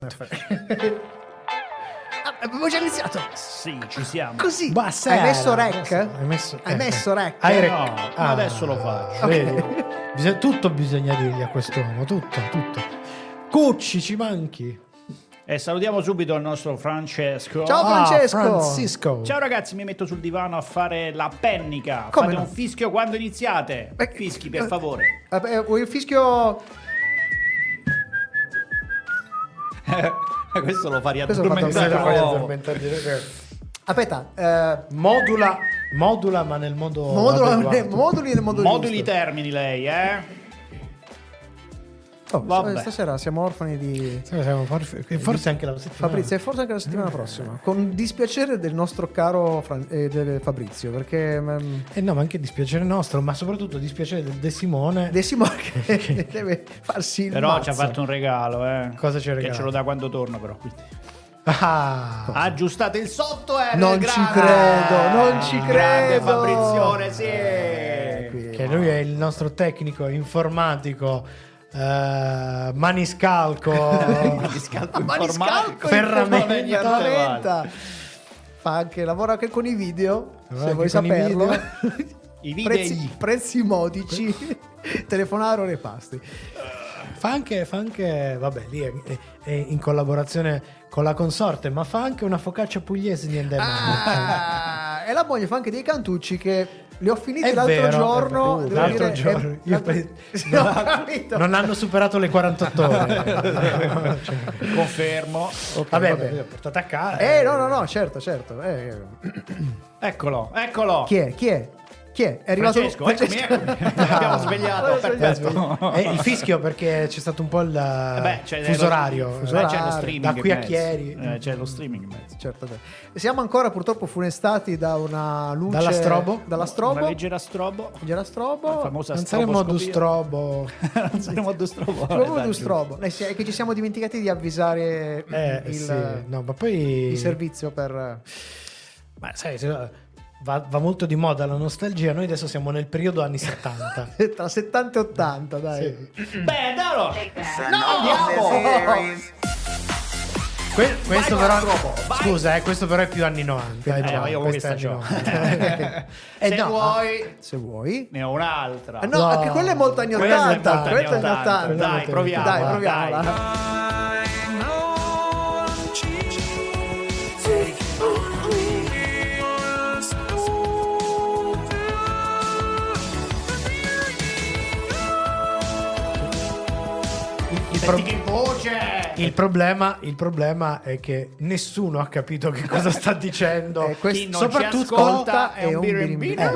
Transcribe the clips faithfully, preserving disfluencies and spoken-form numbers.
Abbiamo già iniziato. Sì, ci siamo. Così. Basta, Hai messo rec? Hai messo, Hai eh, messo rec? Hai rec- No, ah, adesso lo faccio. Vedi? Bisogna- tutto bisogna dirgli a quest'uomo, tutto, tutto. Cucci, ci manchi. E salutiamo subito il nostro Francesco. Ciao Ah, Francesco. Francisco. Ciao ragazzi, mi metto sul divano a fare la pennica. Come Fate no? un fischio quando iniziate. Beh, Fischi, per eh, favore. Vabbè, vuoi il fischio? Questo lo fari Questo l'ho fatto addormentare. addormentare. Aspetta, eh, Modula, modula, ma nel modo modula, adeguato. moduli nel modo Moduli i giusto. termini lei, eh? Oh, Vabbè. stasera siamo orfani di Sì, siamo forse, forse anche la settimana. Fabrizio, e forse anche la settimana prossima. Con dispiacere del nostro caro Fran- eh, del Fabrizio, perché mm, Eh no, ma anche dispiacere nostro, ma soprattutto dispiacere del De Simone. De Simone che deve farsi il Però mazzo. ci ha fatto un regalo, eh. Cosa ci ha Che regalato? ce lo dà quando torna, però. Quindi. Ah, Aggiustate il software. Non grande. ci credo, non ci Grande credo. Fabrizione, sì. Eh, qui- che lui è il nostro tecnico informatico, eh, maniscalco. Maniscalco Maniscalco informatico. Ferramenta. in ferramenta. Fa anche, lavora anche con i video, Lavora se vuoi anche con i saperlo. video. I video. prezzi, prezzi modici. Telefonare o repasti. Fa anche, fa anche, vabbè, lì è, è- è in collaborazione con la consorte, ma fa anche una focaccia pugliese di Endemano. Ah, e la moglie fa anche dei cantucci che li ho finiti È l'altro vero, giorno. è vero. devo L'altro dire, giorno. è- Io l'altro- pe- Sì, non, ho capito. non hanno superato le quarantotto ore. Cioè, Confermo. Ok, vabbè, vabbè. l'ho portata a casa. Eh, no, no, no, certo, certo. Eh, Eccolo, eccolo. chi è? Chi è? Chi è? È arrivato Francesco, eccomi, eccomi. Abbiamo svegliato, perfetto. Eh, il fischio perché c'è stato un po' il Eh beh, c'è fuso lo- orario. fuso eh, orario. c'è lo streaming Da qui in a mezzo. Chieri. Eh, c'è lo streaming in mezzo. Certo, certo. Siamo ancora purtroppo funestati da una luce Dalla strobo? Dalla strobo. Una leggera strobo. Leggera strobo. La famosa Non saremmo du stroboscopia. strobo. Non saremo du strobo. Proprio dai, du giù. strobo. Eh sì, è che ci siamo dimenticati di avvisare Eh, il, sì. No, ma poi il servizio per... Ma sai, se- va, va molto di moda la nostalgia. Noi adesso siamo nel periodo anni settanta. tra settanta e ottanta, dai. Beh, allora. No! Que- questo Vai, però troppo, vai. scusa, eh, questo però è più anni novanta. Eh, ma io questo questa è anni c'ho. novanta. Eh, Se no, vuoi, Se vuoi. ne ho un'altra. Ah, no, No. anche quello è molto anni Quella è ottanta. molto Quello è anni anni ottanta. Dai, proviamo. Dai, Dai. proviamola. Il, pro- Senti che voce. il problema, il problema è che nessuno ha capito che cosa sta dicendo. Eh, questo- Chi non soprattutto- ci ascolta è un birimbino. Eh.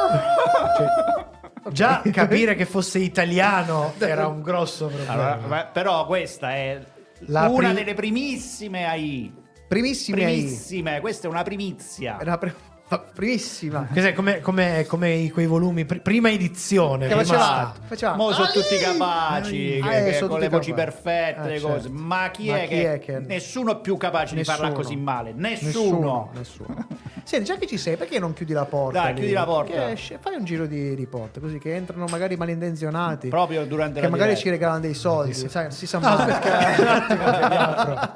Cioè, già capire che fosse italiano era un grosso problema. Allora, ma- però questa è La una pri- delle primissime AI. Primissimi ai... Primissime, questa è una primizia. Era pre- primissima. Cos'è? Come, come, come i- quei volumi, pr- prima edizione. Che prima- faceva, faceva Mo sono "Ali!" tutti capaci, Ah, che- eh, che sono con tutti le voci capaci. perfette, Eh, le certo. cose. Ma chi, Ma è, chi che... è che- Nessuno è più capace di farla Nessuno. così male. Nessuno. Nessuno, nessuno. Senti, già che ci sei, perché non chiudi la porta? Dai, lì? chiudi la porta. Che esce- fai un giro di, di porte, così che entrano magari malintenzionati. Proprio durante che la magari diretta. ci regalano dei soldi. Sai, si sa No, mai. perché un attimo che vi apro.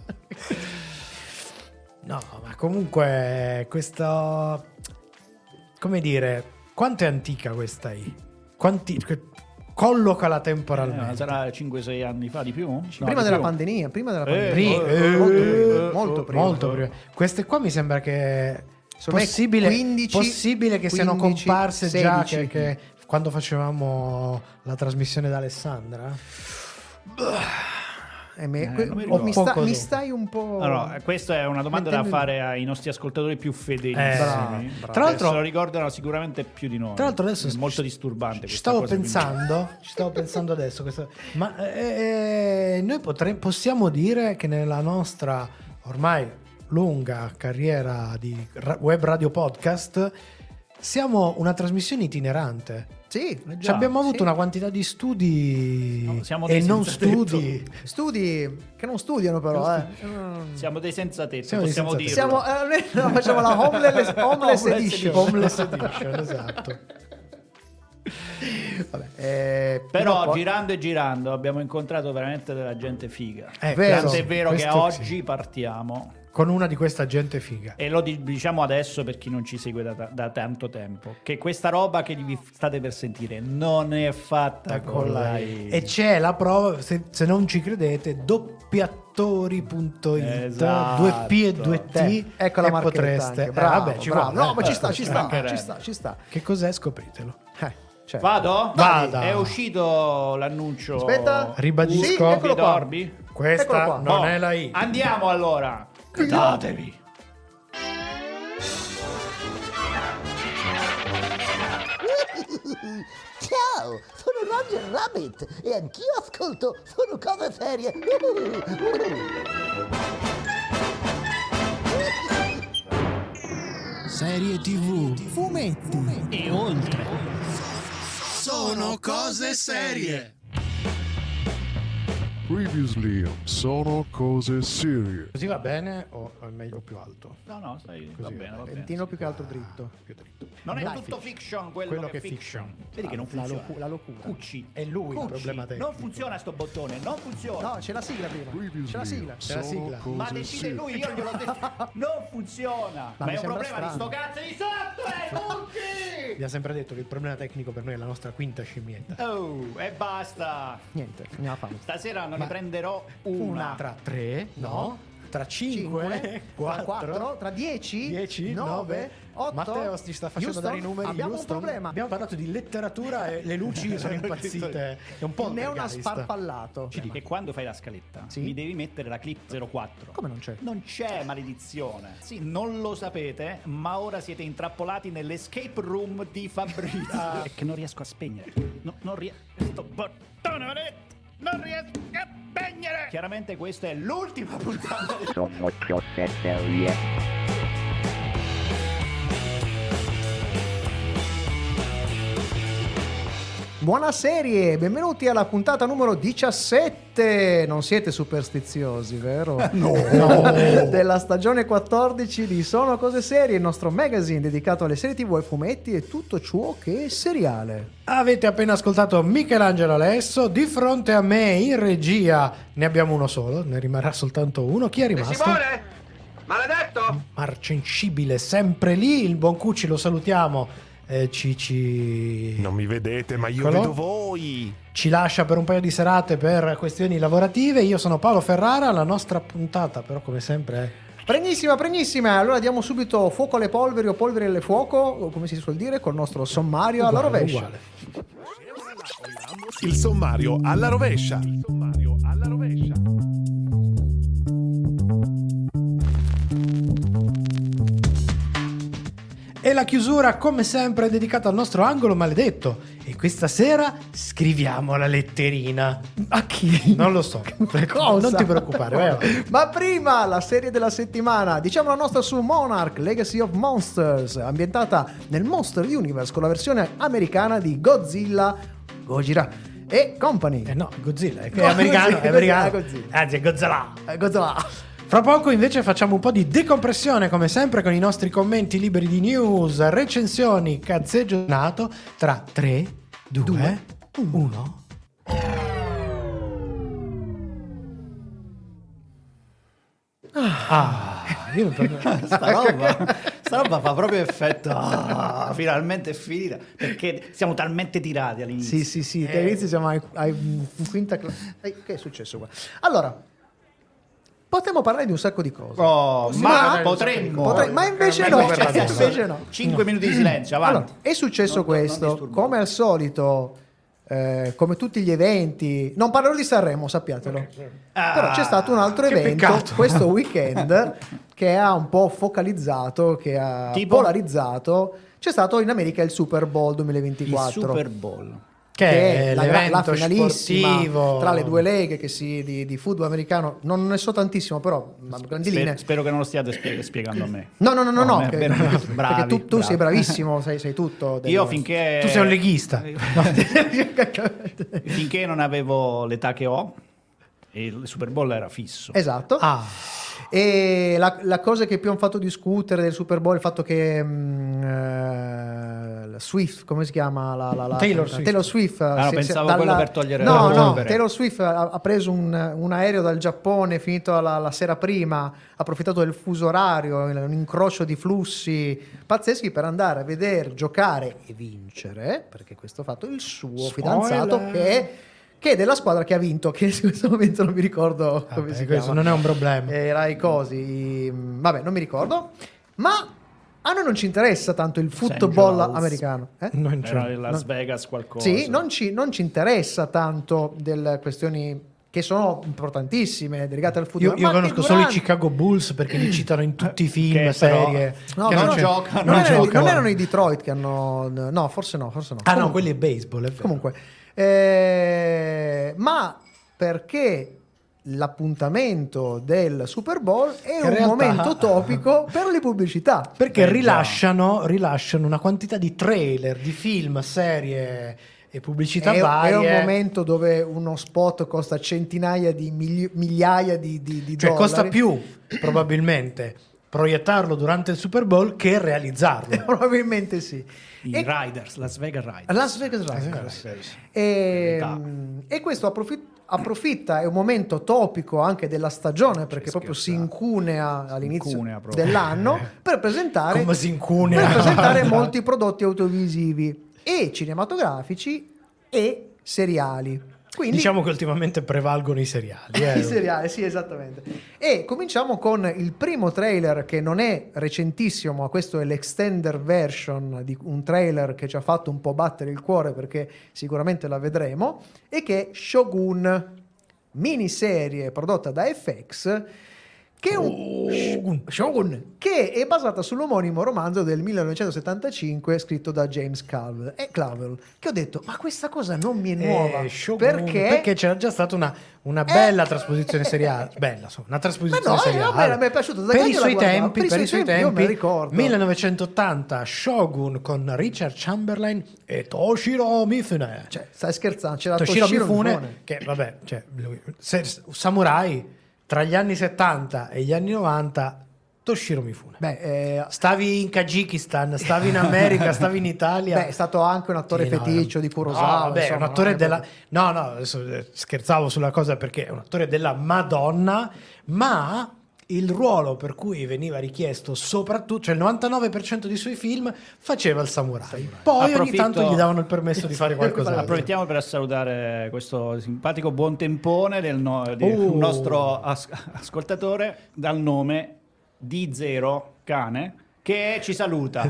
No, ma comunque questo, come dire, quanto è antica questa I? Quanti, collocala Eh, temporalmente. sarà cinque sei anni fa di più? No, prima di della più. pandemia, prima della Eh, pandemia. Pri- molto eh, prima, molto prima. Molto prima. Queste qua mi sembra che Secondo me possibile, quindici, possibile che siano quindici, comparse già sedici. che, che quando facevamo la trasmissione da Alessandra. Eh, me- Eh, que- non mi oh, mi, ricordo. sta- Poco mi dopo. stai un po'. Allora, questa è una domanda da Mettendo in- fare ai nostri ascoltatori più fedeli. Eh, bravo, bravo. Tra Tra l'altro- se lo ricordano sicuramente più di noi. Tra l'altro adesso è molto disturbante. Ci questa stavo cosa, pensando, ci stavo pensando adesso, questo- ma eh, noi potremmo, possiamo dire che nella nostra ormai lunga carriera di ra- web radio podcast siamo una trasmissione itinerante. Sì, Eh, Ci già, abbiamo avuto sì. una quantità di studi No, siamo e dei non senza tetto. studi. studi che non studiano però, eh. Mm. Siamo dei senza tetto, Siamo dei possiamo senza dirlo. Siamo, eh, noi no, facciamo la homeless, homeless Homeless edition. Homeless edition, esatto. Vabbè, eh, Però poi... girando e girando abbiamo incontrato veramente della gente figa. Eh, Vero. Tanto è vero che Questo oggi sì. partiamo. Con una di questa gente figa. E lo di- diciamo adesso per chi non ci segue da, da tanto tempo, che questa roba che vi state per sentire non è fatta con la I. E c'è la prova, se, se non ci credete, doppiatori punto it, Esatto. due P e due T, Eh, ecco la e marchetta potreste. anche. Eh, Bravo, vabbè, ci bravo. vuole, No, eh. ma ci sta, ci sta, mancherebbe. ci sta, ci sta. Che cos'è? Scopritelo. Eh, certo. Vado? Vada. È uscito l'annuncio. Aspetta. Ribadisco. Sì, eccolo qua. Dorby? Questa Eccolo qua. non Boh, è la I. Andiamo allora. Datevi. Ciao, sono Roger Rabbit e anch'io ascolto Sono Cose Serie. Serie tivù, fumetti e oltre. Sono cose serie. Previously, sono cose serie. Così va bene o è meglio più alto? No, no, stai, va bene, va bene. Ventino più che altro dritto. Più dritto. Non è Dai, tutto fiction quello, quello che è che è fiction. fiction. Vedi che non La, funziona. locu- la locura. Cucci. È lui il Cucci. problema tecnico. Non funziona sto bottone, non funziona. No, c'è la sigla prima. C'è la sigla. C'è la sigla. Ma decide lui, io gliel'ho detto. Non funziona. Ma, mi è un sembra problema di strano. sto cazzo di software, Cucci! Vi ha sempre detto che il problema tecnico per noi è la nostra quinta scimmietta. Oh, e basta. Niente, andiamo a farlo. Stasera non ne prenderò una. Tra tre, no, tra cinque, Cinque, quattro, quattro, tra dieci, dieci, nove, nove, otto. Matteo ti sta facendo Houston, dare i numeri. abbiamo un Houston. problema. Abbiamo parlato di letteratura e le luci sono impazzite. È un po' Il neon ha poltergeist. sparpallato. E quando fai la scaletta Sì? mi devi mettere la clip zero quattro. Come non c'è? Non c'è, maledizione. Sì, non lo sapete, ma ora siete intrappolati nell'escape room di Fabrizio. È che non riesco a spegnere. No, non riesco. Sto bottone maledetto. Non riesco a spegnere. Chiaramente questa è l'ultima puntata. Sono cose serie. Buona serie, benvenuti alla puntata numero diciassette. Non siete superstiziosi, vero? No. Della stagione quattordici di Sono Cose Serie, il nostro magazine dedicato alle serie tivù, ai fumetti e tutto ciò che è seriale. Avete appena ascoltato Michelangelo Alesso. Di fronte a me in regia ne abbiamo uno solo, ne rimarrà soltanto uno. Chi è rimasto? Simone! Maledetto! Marcenscibile, sempre lì. Il buon Cucci lo salutiamo. Eh, ci, ci... Non mi vedete, ma io Eccolo. vedo voi. ci lascia per un paio di serate per questioni lavorative. Io sono Paolo Ferrara. La nostra puntata però come sempre è Pregnissima, pregnissima. Allora diamo subito fuoco alle polveri o polveri alle fuoco, o come si suol dire, col nostro sommario alla uguale, rovescia. uguale. Il sommario alla rovescia. Il sommario alla rovescia. E la chiusura, come sempre, è dedicata al nostro angolo maledetto. E questa sera scriviamo la letterina. A chi? Non lo so. Cosa? Non ti preoccupare, vai avanti. Ma prima la serie della settimana, diciamo la nostra su Monarch Legacy of Monsters, ambientata nel Monster Universe con la versione americana di Godzilla, Gojira e Company. Eh no, Godzilla, è, No, è americano, sì, è americano. è Godzilla. Anzi, è Godzilla. Eh, Godzilla. Fra poco invece facciamo un po' di decompressione, come sempre, con i nostri commenti liberi di news, recensioni, cazzeggio nato tra tre, due, uno. Ah, io non proprio... Sta roba, sta roba fa proprio effetto. Ah, finalmente è finita. Perché siamo talmente tirati all'inizio. Sì, sì, sì, Eh. all'inizio siamo ai, ai in quinta classe. Che è successo qua? Allora, potremmo parlare di un sacco di cose. Oh, Possiamo ma parlare di un potremmo. Potrei- ma invece Ecco no, per la donna. invece no. cinque minuti di silenzio, avanti. Allora, è successo Non- non questo, disturbo. come al solito, eh, come tutti gli eventi, non parlerò di Sanremo, sappiatelo, Ah, però c'è stato un altro che evento peccato. questo weekend che ha un po' focalizzato, che ha Tipo? polarizzato. C'è stato in America il Super Bowl il duemilaventiquattro. Super Bowl. Che è la, l'evento la finalissima sportivo tra le due leghe che si, di, di football americano. Non ne so tantissimo, però a grandi Sper- linee. spero che non lo stiate spie- spiegando a me. No, no, no, no, no, Oh, che- bene, perché bravi, tu, tu bravi. sei bravissimo, sai, sai tutto. del- Io finché Tu sei un leghista. finché non avevo l'età che ho, e il Super Bowl era fisso. Esatto. Ah, E la, la cosa che più hanno fatto discutere del Super Bowl è il fatto che mh, eh, il Swift, come si chiama? La, la, la, Taylor Swift. Taylor Swift Ah, no, si- pensavo si- quello per togliere no, la no, polvere. Taylor Swift ha, ha preso un, un aereo dal Giappone, finito la, la sera prima, ha approfittato del fuso orario, un incrocio di flussi pazzeschi per andare a vedere, giocare e vincere, perché questo ha fatto il suo Spoiler. fidanzato che è, che è della squadra che ha vinto, che in questo momento non mi ricordo come Vabbè, si questo chiama. non è un problema. Era i cosi, vabbè, non mi ricordo, ma a noi non ci interessa tanto il football Charles. americano. Eh? Non c'è. Era in Las No. Vegas qualcosa. Sì, non ci, non ci interessa tanto delle questioni che sono importantissime, legate al football. Io, io ma che conosco solo i durante- Chicago Bulls perché li citano in tutti i film, Che però- serie. No, che però non non c'è- giocano. Non, non erano, giocano. non erano i Detroit che hanno... No, forse no, forse no. Ah no, Comunque- quelli è baseball, è vero. Comunque, eh, ma perché l'appuntamento del Super Bowl è In un realtà- momento topico per le pubblicità. Perché Eh, già. rilasciano, rilasciano una quantità di trailer, di film, serie e pubblicità È, è varie. un momento dove uno spot costa centinaia di migli- migliaia di, di, di Cioè dollari. costa più, probabilmente, proiettarlo durante il Super Bowl che realizzarlo. Probabilmente sì. I E- Riders, Las Vegas Riders. Las Vegas Raiders. E, Verità. e questo approfitta, approfitta, è un momento topico anche della stagione perché proprio si incunea all'inizio Incunea proprio. dell'anno per presentare, Come si incunea. per presentare molti prodotti audiovisivi e cinematografici e seriali. Quindi, Diciamo che ultimamente prevalgono i seriali. eh. i seriali, sì, esattamente. E cominciamo con il primo trailer che non è recentissimo, ma questo è l'extender version di un trailer che ci ha fatto un po' battere il cuore perché sicuramente la vedremo, e che è Shogun, miniserie prodotta da F X, che è, un, Shogun, che è basata sull'omonimo romanzo del millenovecentosettantacinque scritto da James Clavell, e Clavell, che ho detto, ma questa cosa non mi è nuova, Eh, Shogun, perché... perché c'era già stata una, una bella trasposizione seriale, bella, insomma, una trasposizione Ma no, eh, seriale. vabbè, mi è piaciuto, da per che i io la suoi guardavo? tempi, Per i per i suoi suoi tempi, io me la tempi, ricordo. millenovecentottanta Shogun con Richard Chamberlain e Toshiro Mifune. Cioè, stai scherzando? C'era Toshiro Toshiro Mifune, Mifune. che vabbè, cioè, lui- se- samurai tra gli anni settanta e gli anni novanta, Toshiro Mifune. Beh, eh, Stavi in Kazakistan, stavi in America, stavi in Italia. beh, è stato anche un attore Sì, no, feticcio no. di Kurosawa. No, vabbè, è insomma, un attore non è della... proprio- No, no, adesso eh, scherzavo sulla cosa perché è un attore della Madonna, ma il ruolo per cui veniva richiesto soprattutto, cioè il novantanove per cento dei suoi film faceva il samurai. Poi ogni Approfitto- tanto gli davano il permesso di fare qualcos'altro. Approfittiamo per salutare questo simpatico buon tempone del no- di Uh. un nostro as- ascoltatore dal nome D zero Cane che ci saluta.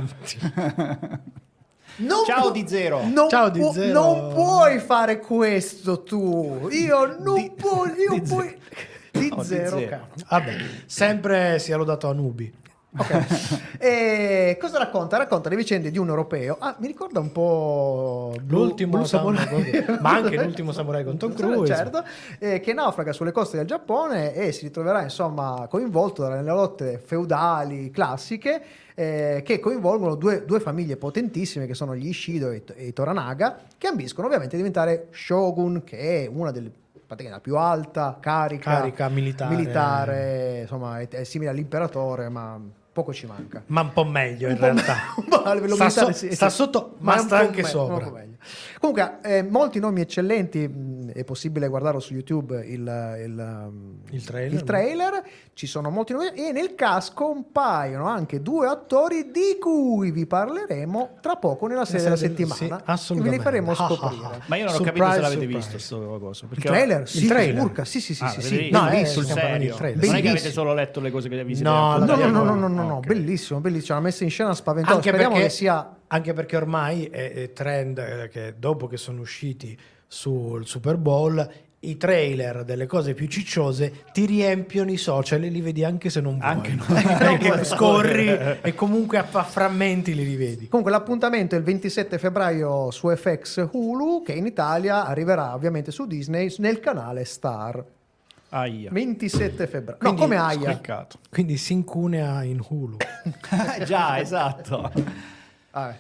Non Ciao pu- D zero. Non, Ciao, D pu- zero. non puoi fare questo tu. Io non puoi. Io D puoi. Di No, zero. D zero. Vabbè, sempre sia lodato Anubi. Ok. E cosa racconta? Racconta le vicende di un europeo. Ah, mi ricorda un po' Blue- L'ultimo Blue Samurai, Samurai. ma anche l'ultimo Samurai con Tom Cruise. Certo, eh, che naufraga sulle coste del Giappone e si ritroverà insomma coinvolto nelle lotte feudali classiche eh, che coinvolgono due, due famiglie potentissime che sono gli Ishido e, e i Toranaga, che ambiscono ovviamente a diventare shogun, che è una delle praticamente la più alta carica, Carica militare. militare, insomma è, è simile all'imperatore, ma poco ci manca. Ma un po' meglio in Un po' realtà. me- un po' a livello sta, militare, so- sì, sta sì. sotto, ma, è un sta po' anche me- sopra. un po' meglio. Comunque, eh, molti nomi eccellenti, mh, è possibile guardarlo su YouTube il, il, um, Il trailer. il trailer. Ci sono molti nomi e nel cast compaiono anche due attori di cui vi parleremo tra poco nella serie della serie del- settimana. sì, assolutamente. Ve li faremo Ah, ah, scoprire. ah. Ma io non ho Surprise, capito se l'avete surprise. visto sto coso. Il perché- trailer? Sì, trailer? Urca, sì, sì, sì, Ah, sì, l'avete sì. visto? No, è visto, stiamo parlando di bellissimo. trailer. Non è che avete Bellissimo. solo letto le cose che vi siete No, raccontate No, no, l'abbiamo- no, no, no, no, no, Ok. bellissimo, bellissimo. Una messa in scena spaventosa. Anche Speriamo perché, che sia. anche perché ormai è, è trend eh, che dopo che sono usciti sul Super Bowl i trailer delle cose più cicciose ti riempiono i social e li vedi anche se non vuoi. Anche no. Perché scorri e comunque a, a frammenti li rivedi. Comunque l'appuntamento è il ventisette febbraio su F X Hulu, che in Italia arriverà ovviamente su Disney nel canale Star. Aia. ventisette febbraio. No, Quindi- come Aia. Peccato. Quindi si incunea in Hulu. Già, esatto. Vabbè.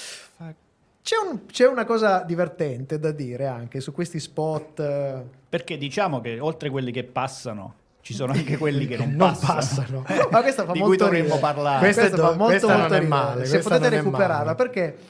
C'è, un- c'è una cosa divertente da dire anche su questi spot. eh, Perché diciamo che oltre quelli che passano, ci sono anche quelli che non, Non passano. passano. Ma questa fa Di molto cui dovremmo ridere. parlare. Questa è Questa fa do- molto, questa non molto è ridere. male, Se questa potete non è recuperarla, male. perché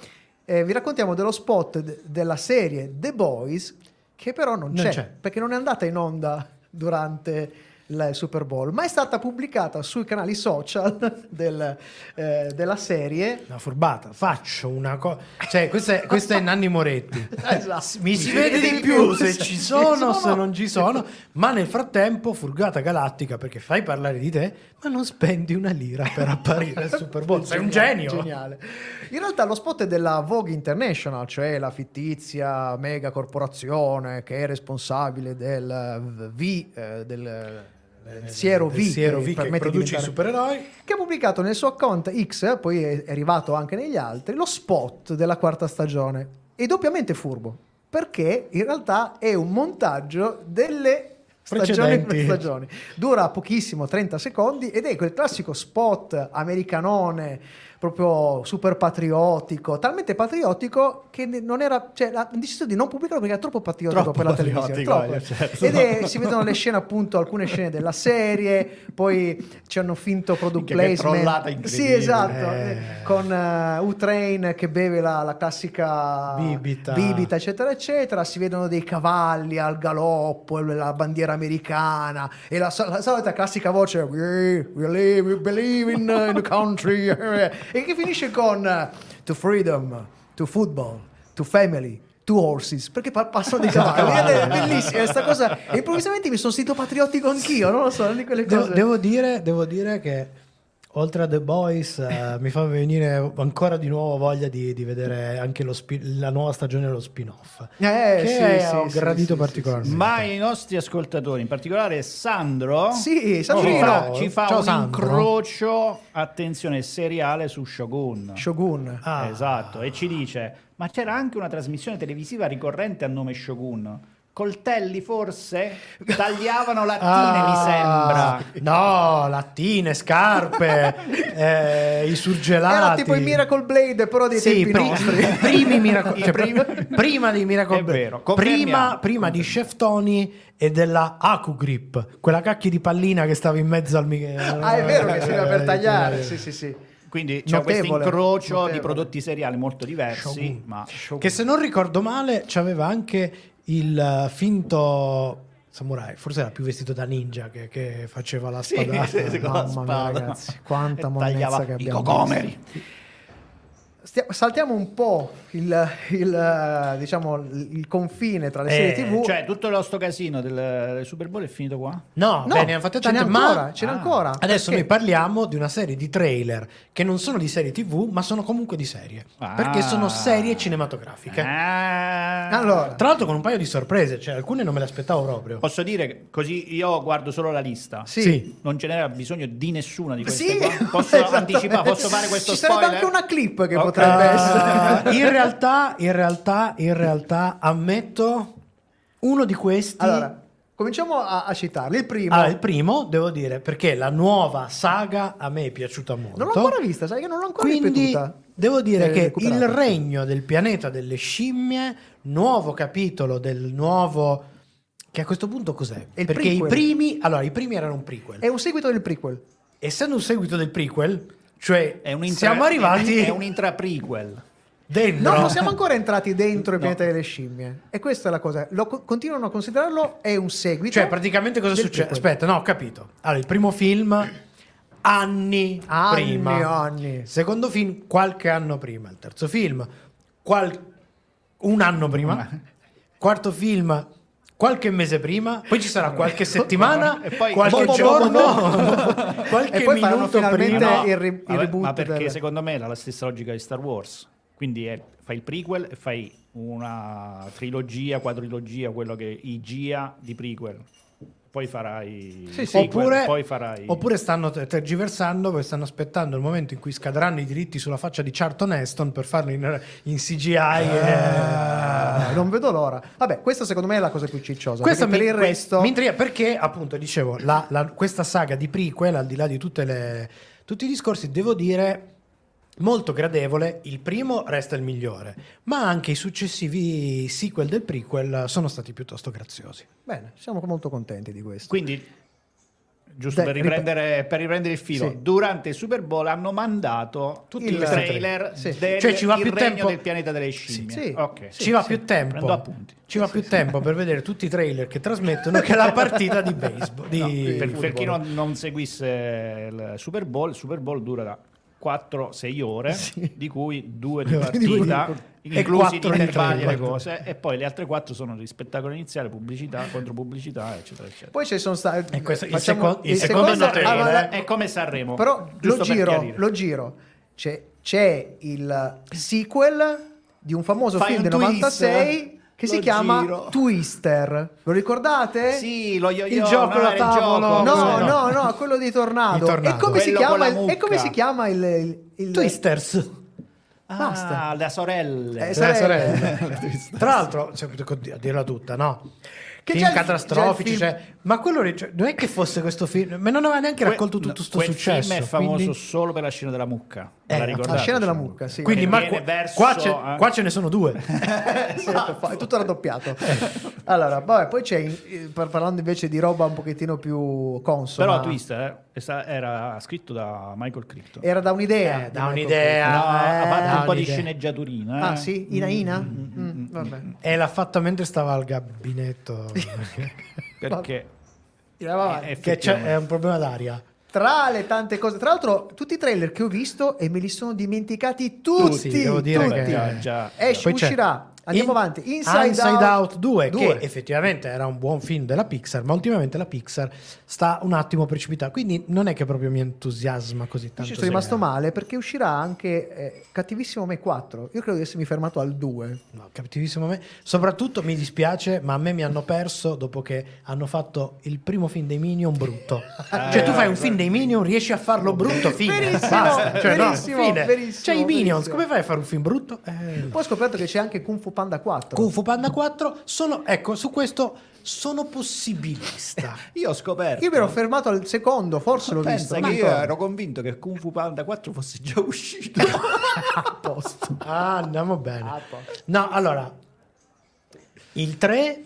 eh, vi raccontiamo dello spot de- della serie The Boys, che però non, Non c'è, c'è. perché non è andata in onda durante il Super Bowl, ma è stata pubblicata sui canali social del, eh, della serie. Una furbata, faccio una cosa. Cioè, questo è, questo è Nanni Moretti. Esatto. Mi si vede di più se ci sono, se non ci sono. Ma nel frattempo, Furgata Galattica, perché fai parlare di te, ma non spendi una lira per apparire al Super Bowl. Sei un genio. Geniale. In realtà lo spot è della Vogue International, cioè la fittizia mega corporazione che è responsabile del V, eh, del siero V, Del siero V che che permette di produce i diventare- supereroi. che ha pubblicato nel suo account X, poi è è arrivato anche negli altri, lo spot della quarta stagione. È doppiamente furbo, perché in realtà è un montaggio delle stagioni Precedenti. stagioni. Dura pochissimo, trenta secondi, ed è quel classico spot americanone, proprio super patriottico, talmente patriottico che ne- non era, cioè ha deciso di non pubblicarlo perché era troppo patriottico Troppo per la patriottico, televisione. Troppo. eh, certo. Ed è, si vedono le scene, appunto, alcune scene della serie, poi ci hanno finto product Minchia, che placement. trollata Sì, incredibile. esatto, Eh. con uh, U-Train che beve la, la classica Bibita. bibita, eccetera, eccetera. Si vedono dei cavalli al galoppo, la bandiera americana e la, la solita classica voce we, we, live, we believe in, uh, in the country e che finisce con uh, to freedom, to football, to family, to horses, perché pa- passano dei cavalli ed è bellissima questa cosa, e improvvisamente mi sono sentito patriottico anch'io, non lo so, una di quelle Devo, cose. devo dire, devo dire che oltre a The Boys eh, mi fa venire ancora di nuovo voglia di, di vedere anche lo spi- la nuova stagione dello spin-off, Eh, che sì, sì, ho sì, gradito sì, particolarmente. Ma i nostri ascoltatori, in particolare Sandro, Sì, ci Sandrino. fa, ci fa Ciao, un Sandro. incrocio, attenzione, seriale su Shogun. Shogun. Ah. Esatto, e ci dice, ma c'era anche una trasmissione televisiva ricorrente a nome Shogun. Coltelli forse? Tagliavano lattine, mi Ah, sembra. no, lattine, scarpe, eh, i surgelati. Era tipo il Miracle Blade, però dei Sì, tempi pri- nostri. primi Miracle, I cioè, primi- prima dei Miracle È Blade, vero, confermiamo. prima, prima di Chef Tony e della Aku Grip, quella cacchia di pallina che stava in mezzo al mic- Ah, è vero che serviva per Eh, tagliare. eh, Sì, sì, sì. Quindi c'è questo Notevole, incrocio notevole. di prodotti seriali molto diversi, Shogun. ma Che se non ricordo male c'aveva anche il eh, finto samurai, forse era più vestito da ninja che, che faceva la sì, spada. sì, sì, con la Mamma mia, spada. ragazzi, quanta E monnezza tagliava che i abbiamo cocomeri. Stia- saltiamo un po' il, il, eh, diciamo, il confine tra le Eh, serie tivù. Cioè, tutto lo sto casino del, del Super Bowl è finito qua? No, No, beh, ne hanno fatte ce n'è tante, ancora, ma ce n'è Ah. ancora. adesso perché- noi parliamo di una serie di trailer che non sono di serie tivù, ma sono comunque di serie. Ah. Perché sono serie cinematografiche. Ah. Allora, Tra l'altro con un paio di sorprese, cioè alcune non me le aspettavo proprio. Posso dire che così io guardo solo la lista. sì. Sì. Non ce n'era bisogno di nessuna di queste Sì, qua. Posso esattamente. anticipare, posso fare questo Ci sarebbe spoiler? anche una clip che Ok. potrebbe essere. Uh, in realtà, in realtà, in realtà, ammetto uno di questi. Allora, cominciamo a, a citarli. Il primo, Allora, il primo, devo dire, perché la nuova saga a me è piaciuta molto. non l'ho ancora vista, sai che non l'ho ancora Quindi ripetuta. devo dire Eh, che recuperata. il regno del pianeta delle scimmie, nuovo capitolo del nuovo, che a questo punto cos'è? È il Perché i prequel. primi, allora i primi erano un prequel. È un seguito del prequel. Essendo un seguito del prequel, cioè È un intra- siamo arrivati è un intra prequel. dentro. Non siamo ancora entrati dentro il pianeta delle scimmie. E questa è la cosa. Lo co- continuano a considerarlo è un seguito. Cioè, praticamente cosa del succede? prequel. Aspetta, no, ho capito. Allora, il primo film anni, Anni, prima. anni. Secondo film qualche anno prima. Il terzo film qual- un anno prima. Quarto film qualche mese prima. Poi ci sarà qualche settimana, E poi- qualche Bo- bo- bo- giorno, bo- qualche E poi faranno minuto finalmente prima. il, re- il Vabbè, reboot. ma perché del- secondo me è la stessa logica di Star Wars. Quindi è- fai il prequel e fai una trilogia, quadrilogia, quello che i G A di prequel. Poi farai Sì, il sì. sequel, Oppure, poi farai oppure stanno ter- tergiversando perché stanno aspettando il momento in cui scadranno i diritti sulla faccia di Charlton Heston per farlo in, in C G I. Ah, eh. non vedo l'ora. Vabbè, questa secondo me è la cosa più cicciosa. Questa perché mi, per il resto. mi intriga perché, appunto, dicevo, la- la- questa saga di prequel, al di là di tutte le, tutti i discorsi, devo dire, molto gradevole. Il primo resta il migliore, ma anche i successivi sequel del prequel sono stati piuttosto graziosi. Bene, siamo molto contenti di questo. Quindi giusto De- per, riprendere, per riprendere il filo, Sì. durante il Super Bowl hanno mandato Tutti il questi trailer Sì. del Cioè, ci va il più regno tempo- del pianeta delle scimmie. Sì. Ok. ci va sì, più tempo. prendo appunti. Ci va più tempo per vedere tutti i trailer che trasmettono che la partita di baseball. Di No, per, per chi football. non, non seguisse il Super Bowl, il Super Bowl dura da quattro sei ore, di cui due di Di cui- partita, e inclusi quattro gli di intervalli e le trailer. cose, e poi le altre quattro sono di spettacolo iniziale, pubblicità, contropubblicità, eccetera, eccetera. Poi ci sono stati. E questo- il facciamo- seco- il secondo notevole, allora, È come Sanremo. Però lo giusto per giro, chiarire. lo giro. C'è, c'è il sequel di un famoso Fai film un del twist, novantasei che lo si chiama giro. Twister. Lo ricordate? Sì, lo yo-yo, Il gioco no, da era il tavolo. gioco. No, no. no, no, quello di Tornado. Di Tornado. E come si Quello con chiama la il, e come mucca. si chiama il, il, il- Twisters. Ah, Basta. le sorelle. Eh, Cioè, sorelle. sorelle. Tra l'altro, cioè, a dirla tutta, no? Che Film già il- catastrofici, già il cioè, ma quello lì, cioè, non è che fosse questo film, ma non aveva neanche raccolto Que- tutto sto quel successo. film è famoso quindi- solo per la scena della mucca. Ve Eh, la la ricordate? La scena della Cioè, mucca, sì. Quindi, che ma viene qua, verso, qua c'è- eh. qua ce ne sono due. Sì, è tutto raddoppiato. Allora, vabbè, poi c'è, eh, par- parlando invece di roba un pochettino più consona. Però Twister eh, è sta- era scritto da Michael Crichton. Era da un'idea. Eh, di da Michael un'idea. No, Crichton. ha fatto eh, un po' di un'idea. sceneggiaturina. eh. Ah, sì? Ina Ina? Mm, vabbè. E l'ha fatta mentre stava al gabinetto. Perché Andiamo avanti. eh, che c'è, è un problema d'aria. Tra le tante cose, tra l'altro, tutti i trailer che ho visto e me li sono dimenticati tutti. Tutti, devo dire tutti. che- già, già. Esce, Poi c'è uscirà. Andiamo In- avanti. Inside, Inside Out, due, due. che effettivamente era un buon film della Pixar, ma ultimamente la Pixar sta un attimo precipitata, quindi non è che proprio mi entusiasma così Io tanto. ci sono rimasto se- male perché uscirà anche eh, Cattivissimo Me quattro. Io credo di essermi fermato al due. No, cattivissimo me. Soprattutto mi dispiace, ma a me mi hanno perso dopo che hanno fatto il primo film dei Minion brutto. cioè tu fai un film dei Minion, riesci a farlo brutto, fine. Verissimo, Basta. Cioè, no, verissimo, fine. verissimo, Cioè i Minions, verissimo. come fai a fare un film brutto? Eh, Poi ho scoperto che c'è anche Kung Fu Panda quattro. Kung Fu Panda quattro sono, ecco, su questo sono possibilista. io ho scoperto. Io mi ero fermato al secondo, forse l'ho Pensa visto. che non io ricordo. ero convinto che Kung Fu Panda quattro fosse già uscito. a posto. Ah, andiamo bene. A posto. No, allora, il tre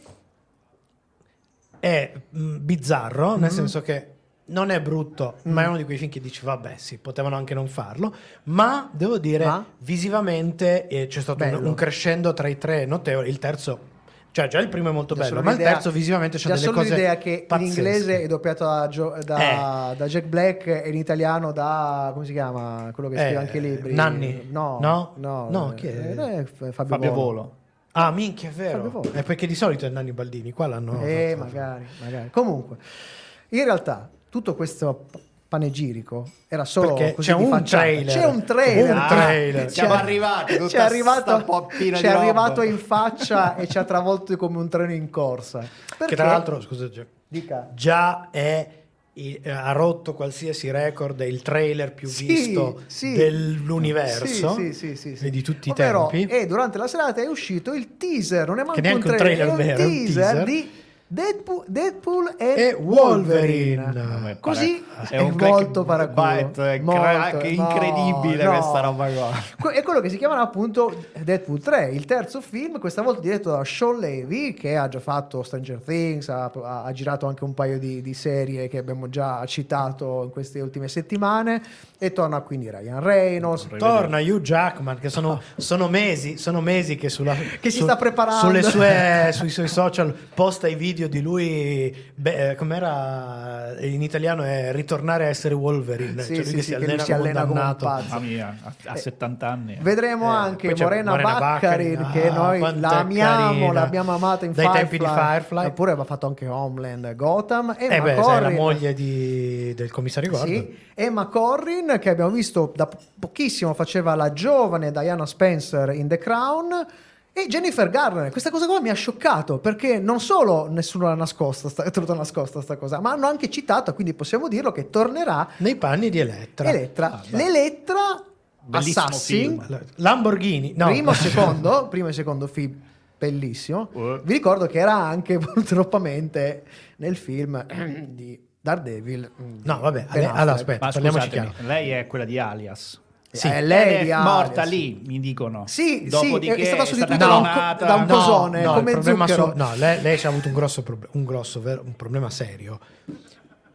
è mh, bizzarro, nel senso che non è brutto, ma è uno di quei film che dici, vabbè, sì, potevano anche non farlo, ma devo dire, Ma? visivamente eh, c'è stato un, Bello. un crescendo tra i tre notevole. Il terzo, cioè già il primo è molto Già bello, solo ma il l'idea- terzo visivamente c'ha già delle solo cose l'idea che pazzesche. in inglese è doppiato da, Gio- da, da Jack Black e in italiano da, come si chiama, quello che Eh, scrive anche i libri, Nanni? no, No? no, No, eh, chi è? eh, Fabio, Fabio Volo. Volo. Ah, minchia, è Fabio vero. Volo. È perché di solito è Nanni Baldini, qua l'hanno Eh, fatto. magari, magari. Comunque, in realtà, tutto questo panegirico era solo Perché così c'è di un facciata. trailer. C'è un trailer. Un trailer. Ci Siamo è- arrivati, tutta Ci è arrivato, sta poppina ci di è roba. arrivato in faccia e ci ha travolto come un treno in corsa. Che Perché- tra l'altro, scusa, Gio- dica. già è eh, ha rotto qualsiasi record, è il trailer più Sì, visto sì. dell'universo Sì, sì, sì, sì, sì. e di tutti i Ovvero, tempi. E durante la serata è uscito il teaser, non è manco neanche un un trailer, trailer è un vero, è un teaser, teaser. di Deadpool, Deadpool e, E Wolverine. Wolverine. Così È è, un molto clickbait, paraculo. è Molto, cra- che no, incredibile no. questa roba qua. Que- È quello che si chiama appunto Deadpool tre, il terzo film, questa volta diretto da Sean Levy, che ha già fatto Stranger Things, ha, ha- ha girato anche un paio di, di serie che abbiamo già citato in queste ultime settimane, e torna quindi Ryan Reynolds. Torna Hugh Jackman, che sono, sono mesi, sono mesi che, sulla, Che si sta preparando. sulle sue, sui suoi social posta i video di lui, beh, eh, com'era in italiano è ritornare a essere Wolverine, Sì, cioè lui sì, che sì, si che allena, lui si allena come un condannato. pazzo. Mamma mia, a, a settanta anni. Vedremo Eh, anche poi c'è Morena, Morena Baccarin, Baccarin, che ah, noi quanto è l'amiamo, carina. l'abbiamo amata in Dai Firefly, tempi di Firefly. Eppure aveva fatto anche Homeland, Gotham e Eh Emma beh, sai, Corrin. la moglie di- del commissario Gordon. Sì, Emma Corrin, che abbiamo visto da po- pochissimo, faceva la giovane Diana Spencer in The Crown, e Jennifer Garner. Questa cosa qua mi ha scioccato, perché non solo nessuno l'ha nascosta, sta, è tenuta nascosta sta cosa, ma hanno anche citato, quindi possiamo dirlo, che tornerà Nei panni di Elettra. Elettra. L'Elettra Bellissimo Assassin, film. Lamborghini, no. primo e secondo, primo e secondo film bellissimo. Uh. Vi ricordo che era anche purtroppamente nel film di Daredevil. No, vabbè, Ben alle- Affleck. allora aspetta, Ma parliamoci scusatemi, chiaro. lei è quella di Alias. Sì, Eh, lei è di morta Alias. lì, mi dicono. Sì, Dopodiché sì, è stata sostituita da un- clonata. da un No, cosone, no, come il problema Zucchero. suo- no, lei, lei ci ha avuto un grosso, prob- un grosso ver- un problema serio.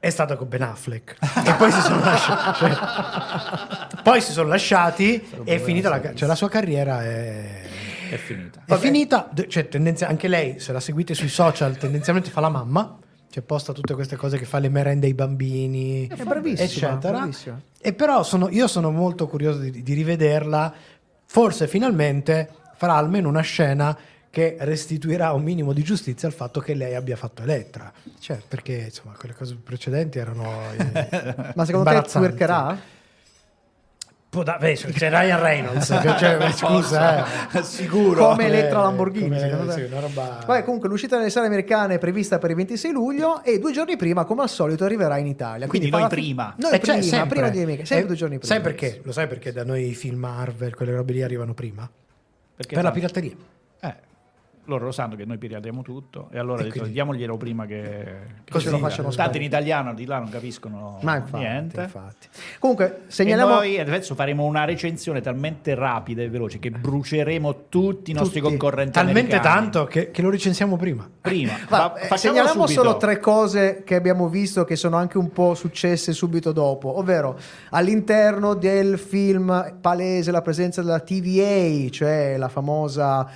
è stata con Ben Affleck e poi si sono lasciati, cioè, poi si sono lasciati e è finita la, cioè, la sua carriera è, è finita. È finita, cioè, tendenzia- anche lei, se la seguite sui social, tendenzialmente fa la mamma, cioè posta tutte queste cose che fa le merende ai bambini, È bravissima, eccetera. bravissima. E però sono, io sono molto curioso di, di rivederla, forse finalmente farà almeno una scena che restituirà un minimo di giustizia al fatto che lei abbia fatto Elettra, cioè, perché insomma quelle cose precedenti erano eh, Ma secondo te imbarazzanti. twerkerà? Può da- beh, c'è Ryan Reynolds, cioè, scusa, eh. Sicuro. Come Elettra Eh, Lamborghini, come- secondo te? sì, una roba- Vabbè, comunque l'uscita nelle sale americane è prevista per il ventisei luglio e due giorni prima, come al solito, arriverà in Italia. Quindi farà noi fi- prima. Noi Eh, cioè, prima, sempre. prima di sempre, sempre Eh, due giorni prima. Sai perché? Lo sai perché da noi i film Marvel, quelle robe lì arrivano prima? Perché per la tanto- pirateria. Eh, loro lo sanno che noi piratiamo tutto e allora E ho detto, quindi- diamoglielo prima che, che Così ci lo dica. facciano Tanto sparire. in italiano di là non capiscono Ma infatti, niente. infatti. Comunque, E segnaliamo... noi adesso faremo una recensione talmente rapida e veloce che bruceremo tutti i nostri Tutti. concorrenti Talmente americani. tanto che, che lo recensiamo prima. Prima. Va, Ma eh, facciamolo segnaliamo subito. solo tre cose che abbiamo visto che sono anche un po' successe subito dopo, ovvero all'interno del film palese la presenza della T V A, cioè la famosa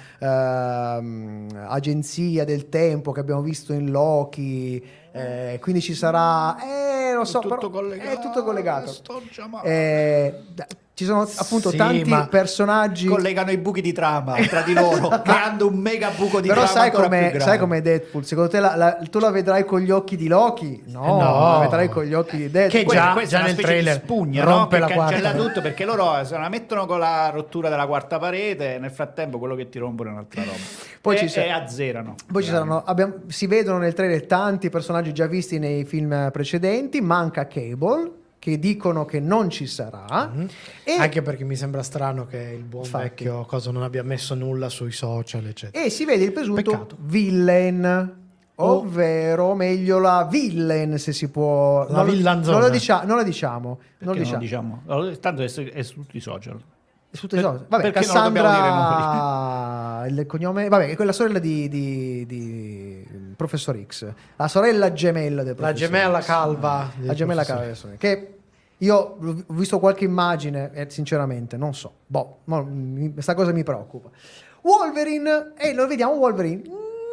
ehm, agenzia del tempo che abbiamo visto in Loki, eh, quindi ci sarà eh, lo so, Tutto però collegato, è tutto collegato. sto già male. Eh, da- ci sono appunto Sì, tanti ma- personaggi. Collegano i buchi di trama tra di loro, creando un mega buco di Però trama sai ancora più come grande. sai com'è Deadpool? Secondo te la- la- tu la vedrai con gli occhi di Loki? No, Eh no. la vedrai con gli occhi di Deadpool. Che Questa- già- questa già è una nel specie di trailer spugna, rompe no? la Che quarta cancella parete. tutto perché loro se la mettono con la rottura della quarta parete, nel frattempo quello che ti rompono è un'altra roba. Poi e, ci sa- e azzerano. Poi ci saranno, abbiamo- si vedono nel trailer tanti personaggi già visti nei film precedenti. Manca Cable, che dicono che non ci sarà. E, Anche perché mi sembra strano che il buon Infatti. vecchio cosa non abbia messo nulla sui social, eccetera. e si vede il presunto Peccato. villain. Oh. Ovvero, meglio la villain, se si può. La non, lo- villanzona. non lo dicia- non la diciamo. Non Perché lo non diciamo. diciamo? Allora, tanto è, su- è su tutti i social. Su tutti i social. Vabbè, perché non lo dobbiamo Cassandra, il cognome, vabbè, è quella sorella di, di, di Professor X, la sorella gemella del La Professor gemella X. calva. del La gemella professore. calva del Professor X, che io ho visto qualche immagine e sinceramente non so, boh, mo- mi- questa cosa mi preoccupa. Wolverine, e lo vediamo Wolverine.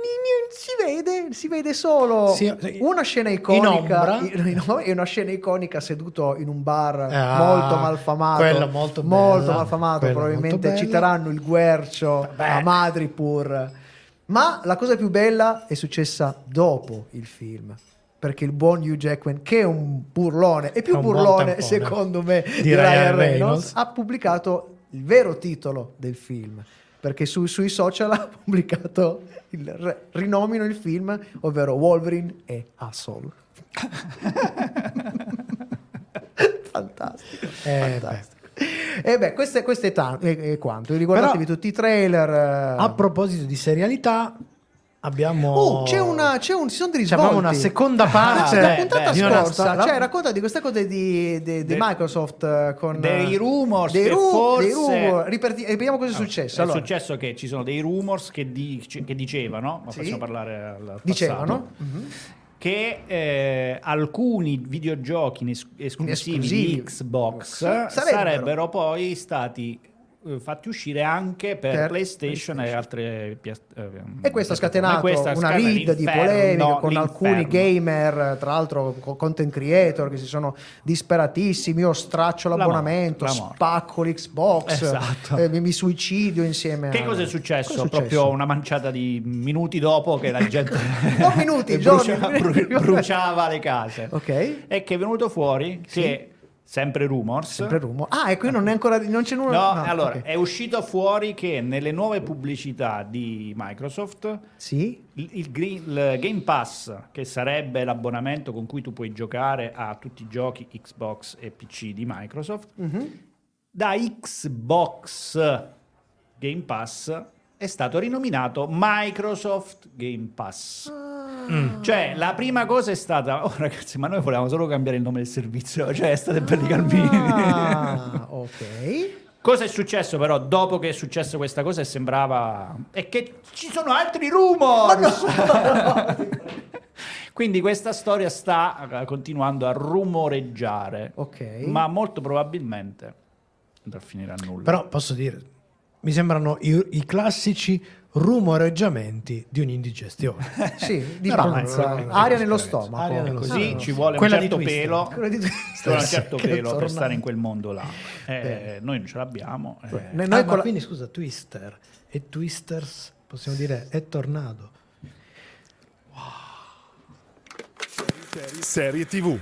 Si vede, si vede solo Sì, sì. una scena iconica In ombra. in- in- una scena iconica seduto in un bar Ah, molto malfamato, quella molto molto bella, malfamato, quella probabilmente molto bella. citeranno il Guercio Beh. a Madripoor. Ma la cosa più bella è successa dopo il film, perché il buon Hugh Jackman, che è un burlone, e più È un buon burlone tampone. secondo me Di di, Ryan Ryan Reynolds, Reynolds, ha pubblicato il vero titolo del film, perché su- sui social ha pubblicato il re- rinomino il film, ovvero Wolverine e Asshole. Fantastico, Eh, fantastico. E beh, questo è, questo è, ta- è- è quanto. Riguardatevi Però- tutti i trailer. eh. A proposito di serialità, abbiamo. Oh, c'è una, c'è un, ci sono dei C'è risvolti. una seconda Ah, parte la puntata di una scorsa, sta- cioè racconta di questa cosa di, di- di De- Microsoft eh, con dei rumors dei, che ru- forse- dei rumor. Riparti- ripetiamo cosa è successo. È Allora, successo che ci sono dei rumors che, dic- che dicevano, ma Sì. possiamo parlare al passato, dicevano mhm. che eh, alcuni videogiochi in es- esclusivi, Esclusivi. di Xbox Sarebbero. sarebbero, poi stati eh, fatti uscire anche per, Per PlayStation, PlayStation. e altre pia- eh, E questo ha piattaforme. scatenato Questa una scatena lead di l'inferno, polemica con alcuni l'inferno. gamer, tra l'altro co- content creator, che si sono disperatissimi. Io straccio La l'abbonamento, morte, la morte. spacco l'Xbox, Esatto. eh, mi, mi suicidio insieme Che a... cosa è successo? Cosa è Proprio successo? una manciata di minuti dopo che la gente Non minuti, bruciava, giorni. bru- bruciava le case. Ok. E che è venuto fuori che, sempre rumors, Sempre rumor. Ah, ecco, io non è ancora non c'è nulla. no, no, allora ok. è uscito fuori che nelle nuove pubblicità di Microsoft Sì. il, il Green- il Game Pass, che sarebbe l'abbonamento con cui tu puoi giocare a tutti i giochi Xbox e P C di Microsoft, Mhm. da Xbox Game Pass è stato rinominato Microsoft Game Pass. Mm. Cioè, la prima cosa è stata: oh ragazzi, ma noi volevamo solo cambiare il nome del servizio, cioè state belli calmini. Ah, ok. Cosa è successo però dopo che è successa questa cosa e sembrava... è che ci sono altri rumors! Quindi questa storia sta eh, continuando a rumoreggiare, Ok. ma molto probabilmente andrà a finire a nulla. Però posso dire, mi sembrano i, i classici rumoreggiamenti di un'indigestione. Sì, di No, panza, no, no, no, aria no, nello no, stomaco. aria nello Così stomaco. ci vuole Quella un di certo Twister. pelo, Quello di- ci vuole un certo Che pelo per torna- stare in quel mondo là. Eh, noi non ce l'abbiamo. eh. Noi Ah, con ma la- quindi scusa, Twister e Twisters, possiamo dire è tornado. Serie tivù.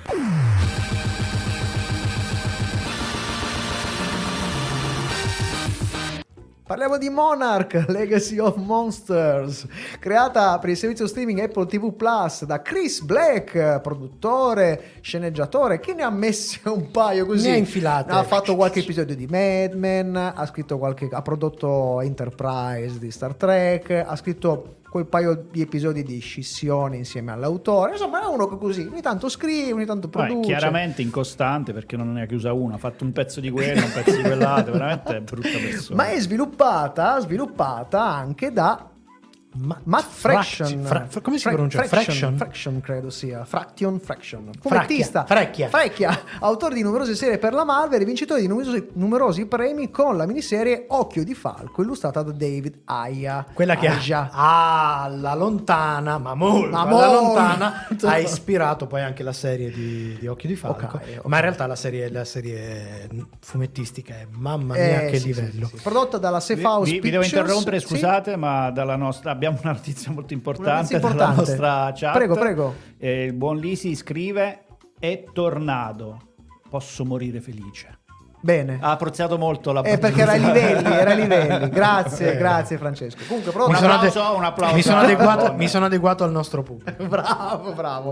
Parliamo di Monarch, Legacy of Monsters, creata per il servizio streaming Apple ti vu Plus da Chris Black, produttore, sceneggiatore, che ne ha messi un paio così. Ne ha infilate. Ha fatto qualche episodio di Mad Men, ha scritto qualche, ha prodotto Enterprise di Star Trek, ha scritto quel paio di episodi di scissione insieme all'autore. Insomma, è uno che così ogni tanto scrive, ogni tanto Poi, produce. chiaramente incostante, perché non ne ha chiusa una, ha fatto un pezzo di quello, un pezzo di quell'altro, veramente è brutta persona. Ma è sviluppata, sviluppata anche da Ma- Matt Fraction. Fra- fra- come si Fra- pronuncia? Fraction, Fraction? Fraction credo sia. Fraction, Fraction. Fumettista. Frecchia. Frecchia. Autore di numerose serie per la Marvel e vincitore di numerosi, numerosi premi con la miniserie Occhio di Falco, illustrata da David Aja. Quella che Aja. ha alla lontana, ma molto Ma alla molto. lontana, ha ispirato poi anche la serie di, di Occhio di Falco. Ok, ok. Ma in realtà la serie, la serie fumettistica è mamma mia Eh, che sì, livello. sì, sì. Prodotta dalla Vi, Safe House vi- vi devo Pictures. interrompere, Sì. scusate, ma dalla nostra, abbiamo una notizia molto importante, Una notizia dalla importante. nostra chat. Prego, prego. Eh, il buon Lisi scrive: è tornato, posso morire felice. Bene. Ha apprezzato molto la Eh, perché era ai livelli, era ai livelli. Grazie, grazie Francesco. Comunque, Mi prodotto sono, applauso, ade- un applauso. mi sono adeguato, mi sono adeguato al nostro pubblico. Bravo, bravo.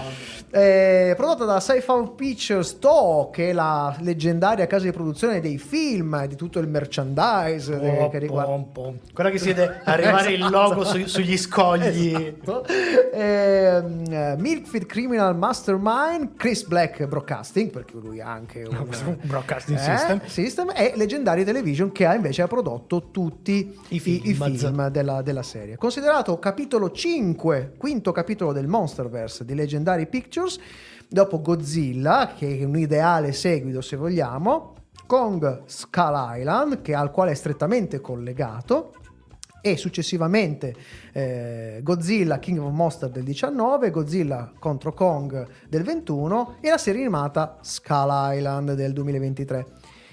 Eh, prodotta da Sci-Fi Pictures To, che è la leggendaria casa di produzione dei film e di tutto il merchandise eh, che riguarda. Pom, pom. Quella che si vede arrivare il logo su- sugli scogli. Esatto. Ehm, eh, Milkfeed Criminal Mastermind, Chris Black Broadcasting, perché lui ha anche un Un broadcasting eh, system. system, e Legendary Television, che ha invece ha prodotto tutti i, I fi- i film. film della, della serie. Considerato capitolo cinque, quinto capitolo del Monsterverse di Legendary Pictures, dopo Godzilla, che è un ideale seguito se vogliamo, Kong Skull Island, che, al quale è strettamente collegato, e successivamente eh, Godzilla King of Monster del diciannove, Godzilla contro Kong del ventuno e la serie animata Skull Island del duemilaventitré.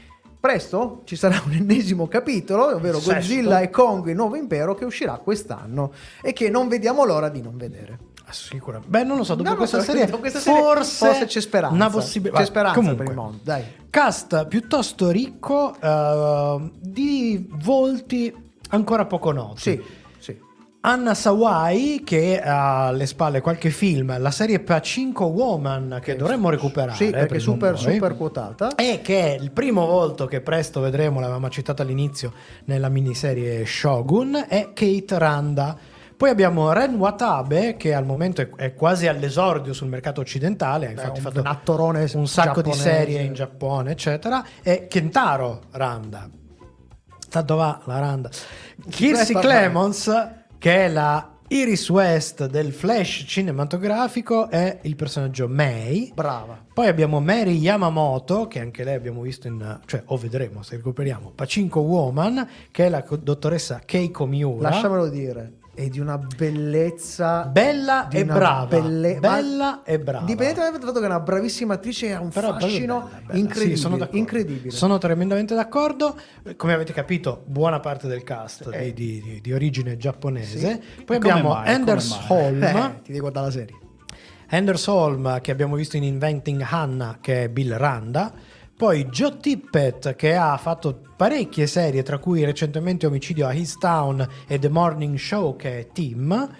Presto ci sarà un ennesimo capitolo, ovvero Sesto. Godzilla e Kong, il nuovo impero, che uscirà quest'anno e che non vediamo l'ora di non vedere. Sicuramente. Beh, non lo so, dopo Non lo questa so, serie, dopo questa serie forse, forse c'è speranza. Una possibilità. C'è speranza Comunque, per il mondo, dai. cast piuttosto ricco eh, di volti ancora poco noti. Sì, sì. Anna Sawai, che ha alle spalle qualche film, la serie Pachinko Woman, che dovremmo recuperare. Sì, perché è presumo super, noi. super quotata. E che è il primo volto che presto vedremo, l'avevamo citato all'inizio nella miniserie Shogun, è Kate Randa. Poi abbiamo Ren Watabe, che al momento è, è quasi all'esordio sul mercato occidentale, ha infatti un fatto attorone un sacco di giapponese. serie in Giappone, eccetera, e Kentaro Randa. Tanto va la Randa. Kiersey Beh, Clemons, che è la Iris West del flash cinematografico, è il personaggio Mei. Brava. Poi abbiamo Mary Yamamoto, che anche lei abbiamo visto in, cioè, o vedremo se recuperiamo, Pachinko Woman, che è la co- dottoressa Keiko Miura. Lasciamelo dire, è di una bellezza, Bella di e una brava. belle- Bella ma- e brava. Indipendentemente dal fatto che è una bravissima attrice e ha un Però fascino bella, bella. incredibile, Sì, sono d'accordo. incredibile. Sono tremendamente d'accordo. Come avete capito, buona parte del cast Eh. di, di- di origine giapponese. Sì. Poi E come abbiamo mai? Come Anders mai? Holm. Eh, ti devo guardare la serie. Anders Holm, che abbiamo visto in Inventing Hannah, che è Bill Randa. Poi Joe Tippett, che ha fatto parecchie serie, tra cui recentemente Omicidio a His Town e The Morning Show, che è Tim.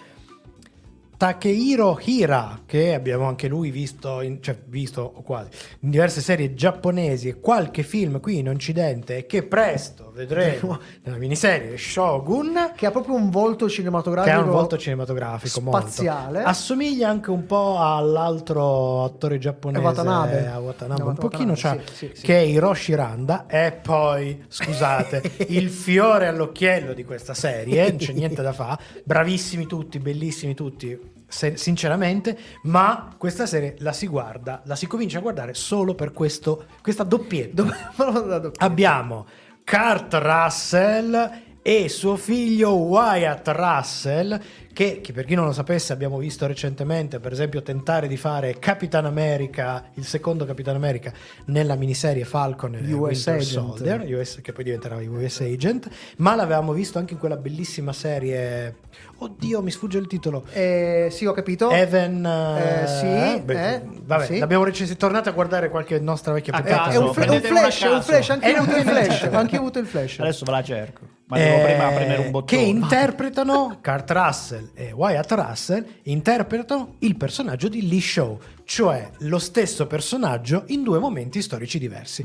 Takehiro Hira, che abbiamo anche lui visto, in, cioè visto o quasi, in diverse serie giapponesi e qualche film qui in Occidente, e che presto vedremo nella miniserie Shogun, Che ha proprio un volto che cinematografico ha un volto cinematografico spaziale. molto. Assomiglia anche un po' all'altro attore giapponese, È Watanabe. a Watanabe, È un pochino, Watanabe, cioè, sì, sì, sì. che è Hiroshi Randa. E poi, scusate, il fiore all'occhiello di questa serie, non c'è niente da fare, bravissimi tutti, bellissimi tutti. se- sinceramente, ma questa serie la si guarda, la si comincia a guardare solo per questo, questa doppietta. Abbiamo Kurt Russell e suo figlio Wyatt Russell, che, che per chi non lo sapesse abbiamo visto recentemente, per esempio, tentare di fare Capitan America, il secondo Capitan America, nella miniserie Falcon e U S Winter Agent. Soldier, U S, che poi diventerà U S Agent, ma l'avevamo visto anche in quella bellissima serie, oddio mi sfugge il titolo, Eh, sì, ho capito. Even Eh, sì, beh, eh, vabbè, sì. l'abbiamo recensito, tornate a guardare qualche nostra vecchia A puntata. È caso, un, fl- un prendete una a flash, un caso. flash, anche È io ho avuto il un flash, flash. anche io ho avuto il flash. Adesso ve la cerco. Ma devo Eh, prima premere un bottone. che interpretano Kurt Russell e Wyatt Russell interpretano il personaggio di Lee Shaw, cioè lo stesso personaggio in due momenti storici diversi.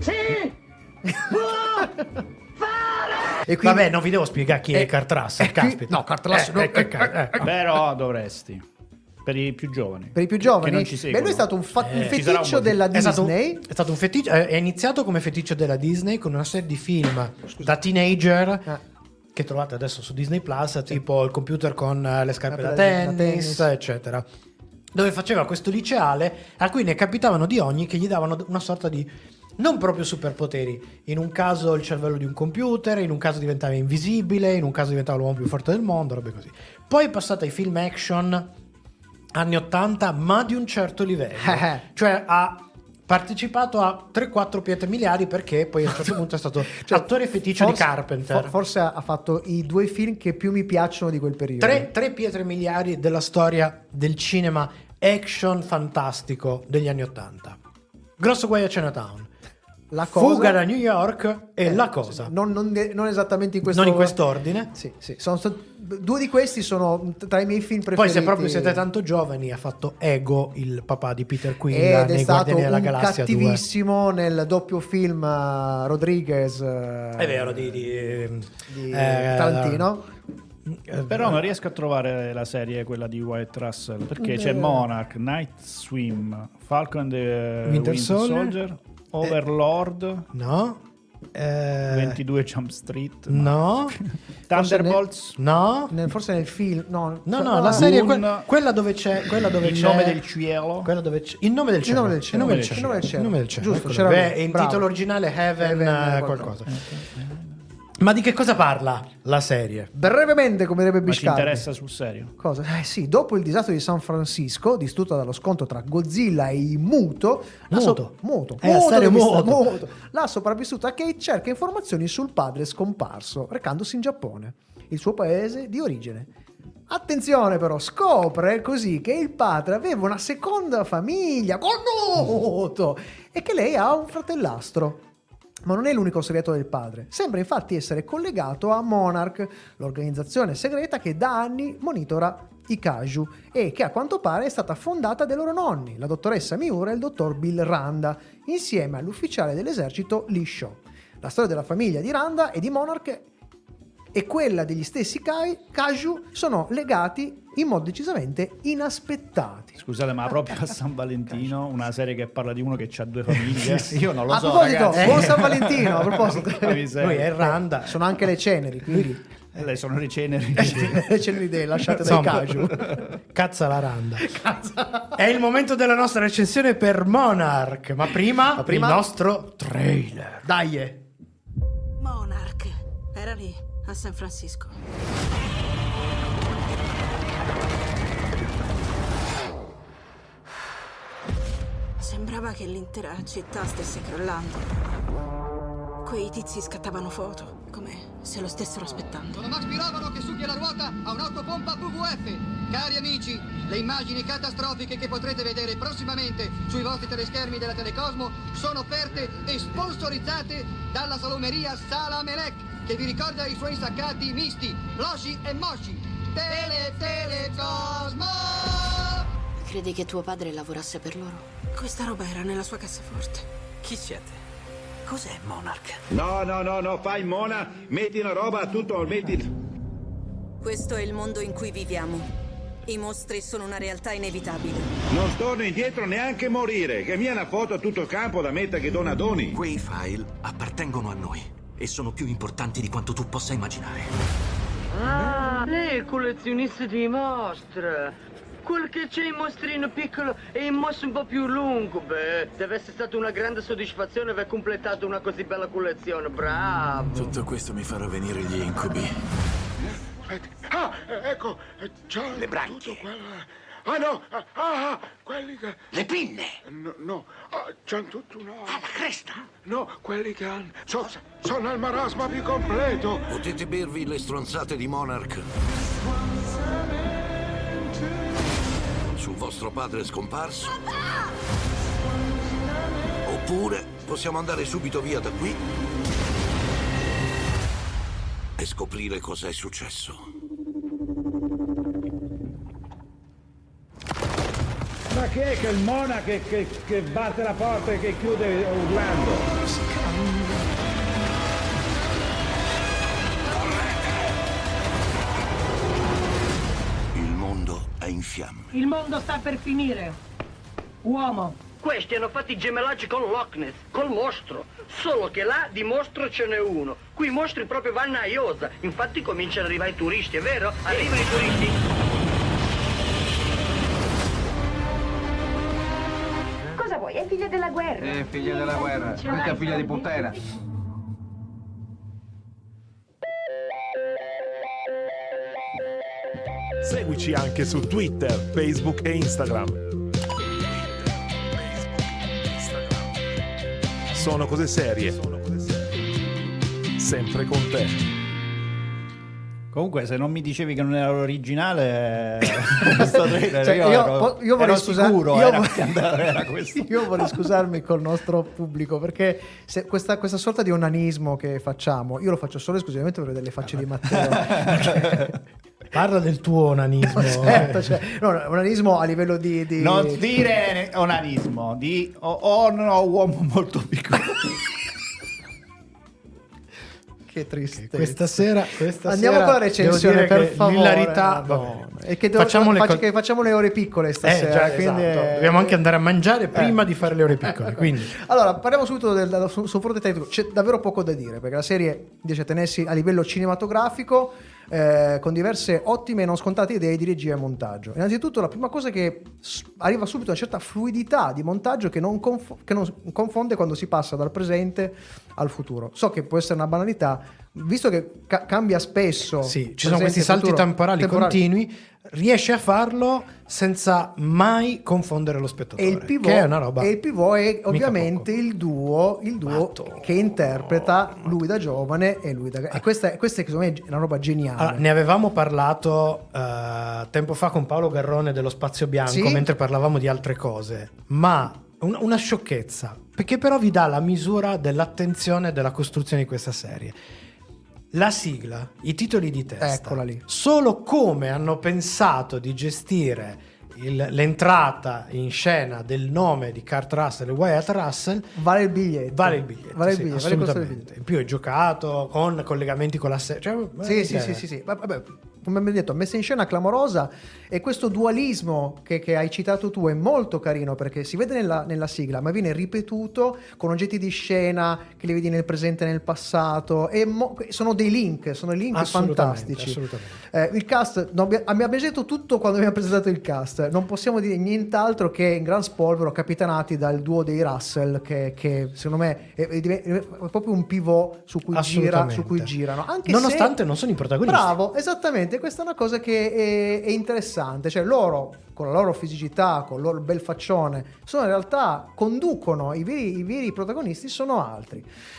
E quindi- Vabbè, non vi devo spiegare chi è Eh, Kurt Russell, eh, qui- caspita. no, Kurt Russell, no, eh, eh, eh, eh, Però dovresti. Per i più giovani. Per i più Che- giovani, che non ci beh, seguono. lui è stato un, fa- un Eh, ci sarà un feticcio motivo. della È stato, Disney. è stato un feticcio, è è iniziato come feticcio della Disney con una serie di film da teenager Ah. che trovate adesso su Disney Plus, tipo il computer con eh, le scarpe da Da tennis, tennis. eccetera, dove faceva questo liceale a cui ne capitavano di ogni che gli davano una sorta di non proprio superpoteri, in un caso il cervello di un computer, in un caso diventava invisibile, in un caso diventava l'uomo più forte del mondo, robe così. Poi è passata ai film action anni ottanta, ma di un certo livello, cioè ha partecipato a tre quattro pietre miliari, perché poi a un certo punto è stato Cioè, attore feticcio forse- di Carpenter. for- forse ha fatto i due film che più mi piacciono di quel periodo. Tre, tre pietre miliari della storia del cinema action fantastico degli anni ottanta. Grosso guai a Chinatown, La cosa, Fuga da New York e eh, La Cosa. Non, non de- non esattamente in questo Non in quest'ordine. Sì, sì. Sono sta- due di questi sono tra i miei film Poi preferiti. se proprio siete tanto giovani, ha fatto Ego, il papà di Peter Quill ed è nei stato Guardiani della un Galassia due. cattivissimo nel doppio film uh, Rodriguez uh, È vero, di, di, di eh, Tarantino. eh, Però non riesco a trovare la serie, quella di Wyatt Russell, perché Eh. c'è Monarch, Night Swim, Falcon and the Winter Winter, Soldier, Soldier, Overlord, No. Eh, ventidue Jump Street, No. Thunderbolts, No. Nel- forse nel film. No, No, no, ah, la serie è Dune, que- quella dove c'è, quella dove Il c'è nome del cielo. quella dove c'è il nome del cielo. nome del cielo. Il nome del Il cielo. nome del cielo. Il nome del cielo. Giusto, Eccolo. c'era Beh, lui. in Bravo. titolo originale Heaven, Heaven, eh, qualcosa. qualcosa. Ma di che cosa parla la serie? Brevemente, come direbbe Ma ci Biscardi. interessa sul serio? Cosa? Eh sì, dopo il disastro di San Francisco, distrutta dallo scontro tra Godzilla e i Muto, la so- Muto. Muto, Eh, la Muto, serie devi stare- Muto. Muto. La sopravvissuta Kate cerca informazioni sul padre scomparso, recandosi in Giappone, il suo paese di origine. Attenzione però, scopre così che il padre aveva una seconda famiglia con Muto e che lei ha un fratellastro. Ma non è l'unico segreto del padre. Sembra infatti essere collegato a Monarch, l'organizzazione segreta che da anni monitora i Kaiju e che a quanto pare è stata fondata dai loro nonni, la dottoressa Miura e il dottor Bill Randa, insieme all'ufficiale dell'esercito Lee Shaw. La storia della famiglia di Randa e di Monarch e quella degli stessi Kai- Kaiju sono legati in modo decisamente inaspettati. Scusate, ma proprio a San Valentino, una serie che parla di uno che ha due famiglie. Io non lo A so, proposito, ragazzi. buon San Valentino, a proposito. Porca miseria. Lui è Randa. Sono anche le ceneri, quindi Eh, lei sono le ceneri. le ceneri dei lasciate dai Insomma, Kaiju. Cazza la Randa. È il momento della nostra recensione per Monarch, ma prima, Ma prima- il nostro trailer. Dai. Monarch era lì, a San Francisco. Sembrava che l'intera città stesse crollando. Quei tizi scattavano foto, come se lo stessero aspettando. Ma aspiravano che su la ruota a un'autopompa W W F. Cari amici, le immagini catastrofiche che potrete vedere prossimamente sui vostri teleschermi della Telecosmo sono offerte e sponsorizzate dalla salumeria Salamelec, che vi ricorda i suoi insaccati misti, Loshi e Moshi. Tele Telecosmo! Credi che tuo padre lavorasse per loro? Questa roba era nella sua cassaforte. Chi siete? Cos'è Monarch? No, no, no, no, fai mona, metti una roba, tutto, metti... Questo è il mondo in cui viviamo. I mostri sono una realtà inevitabile. Non torno indietro neanche morire, che mi è una foto a tutto il campo da mettere che dona doni. Quei file appartengono a noi e sono più importanti di quanto tu possa immaginare. Ah, lei è collezionista di mostre. Quello che c'è in mostrino piccolo e in mosso un po' più lungo, beh. Deve essere stata una grande soddisfazione aver completato una così bella collezione, bravo. Tutto questo mi farà venire gli incubi. Ah, ecco, c'ho le branchie. tutto quello. Ah no, ah, ah, quelli che... Le pinne. No, no, ah, c'hanno tutto una... Ah, la cresta. No, quelli che hanno... So, sono al marasma più completo. Potete bervi le stronzate di Monarch. Su vostro padre scomparso. Papà! Oppure possiamo andare subito via da qui e scoprire cosa è successo. Ma chi è che il Mona che, che, che batte la porta e che chiude urlando? Il mondo è in fiamme. Il mondo sta per finire. Uomo. Questi hanno fatto i gemellaggi con Loch Ness, col mostro. Solo che là di mostro ce n'è uno. Qui i mostri proprio vanno a iosa. Infatti cominciano ad arrivare i turisti, è vero? Arrivano i turisti. Cosa vuoi? È figlia della guerra. È figlia della guerra. Questa è figlia di puttana. Seguici anche su Twitter, Facebook e Instagram. Sono cose serie. Sempre con te. Comunque, se non mi dicevi che non era l'originale, trailer, cioè, io, io, ero, io vorrei ero scusar- sicuro io era, vorrei- che andava- era questo. Io vorrei scusarmi col nostro pubblico perché se questa, questa sorta di onanismo che facciamo, io lo faccio solo esclusivamente per vedere le facce di Matteo. Perché- Parla del tuo onanismo. certo, cioè, no, no, onanismo a livello di, di... Non dire onanismo, di o oh, no, uomo molto piccolo. Che tristezza. Questa sera, questa Andiamo sera con la recensione, devo dire per che favore. l'ilarità, Madonna. vabbè. E che, devo, facciamo, le faccio, co- che facciamo le ore piccole stasera. Eh, già, quindi esatto. è- Dobbiamo anche andare a mangiare prima di fare le ore piccole. Quindi. Allora, parliamo subito del, del, su, su fronte tecnico. C'è davvero poco da dire perché la serie riesce a tenersi a livello cinematografico eh, con diverse ottime e non scontate idee di regia e montaggio. Innanzitutto, la prima cosa che s- arriva subito una certa fluidità di montaggio che non, conf- che non confonde quando si passa dal presente al futuro. So che può essere una banalità, visto che ca- cambia spesso. Sì, ci sono presente questi e salti futuro, temporali, continui, riesce a farlo senza mai confondere lo spettatore. E il pivot, che è una roba. e il pivot è ovviamente il duo, il duo che interpreta lui da giovane e lui da... E questa, è- questa è secondo me è una roba geniale. Allora, ne avevamo parlato eh, tempo fa con Paolo Garrone dello Spazio Bianco, Sì. mentre parlavamo di altre cose, ma un- una sciocchezza, perché però vi dà la misura dell'attenzione e della costruzione di questa serie. La sigla, i titoli di testa, Eccola lì. solo come hanno pensato di gestire il- l'entrata in scena del nome di Kurt Russell e Wyatt Russell vale il biglietto. vale il biglietto, Vale il sì, biglietto, vale il costo del assolutamente. In più è giocato con collegamenti con la serie, cioè, Sì, sì, eh, sì, sì, sì. Ma, vabbè, come abbiamo detto, messa in scena clamorosa, e questo dualismo che, che hai citato tu è molto carino perché si vede nella, nella sigla, ma viene ripetuto con oggetti di scena che li vedi nel presente e nel passato, e mo- sono dei link, sono link Assolutamente, fantastici. assolutamente. Eh, il cast, non abbi- abbiamo detto tutto quando abbiamo presentato il cast, non possiamo dire nient'altro che in gran spolvero capitanati dal duo dei Russell che, che secondo me è, è div- è proprio un pivot su cui, gira, Assolutamente. su cui girano. Anche Nonostante se, non sono i protagonisti. Bravo, esattamente, questa è una cosa che è, è interessante, cioè loro con la loro fisicità, con il loro bel faccione, sono in realtà conducono i veri, i veri protagonisti sono altri.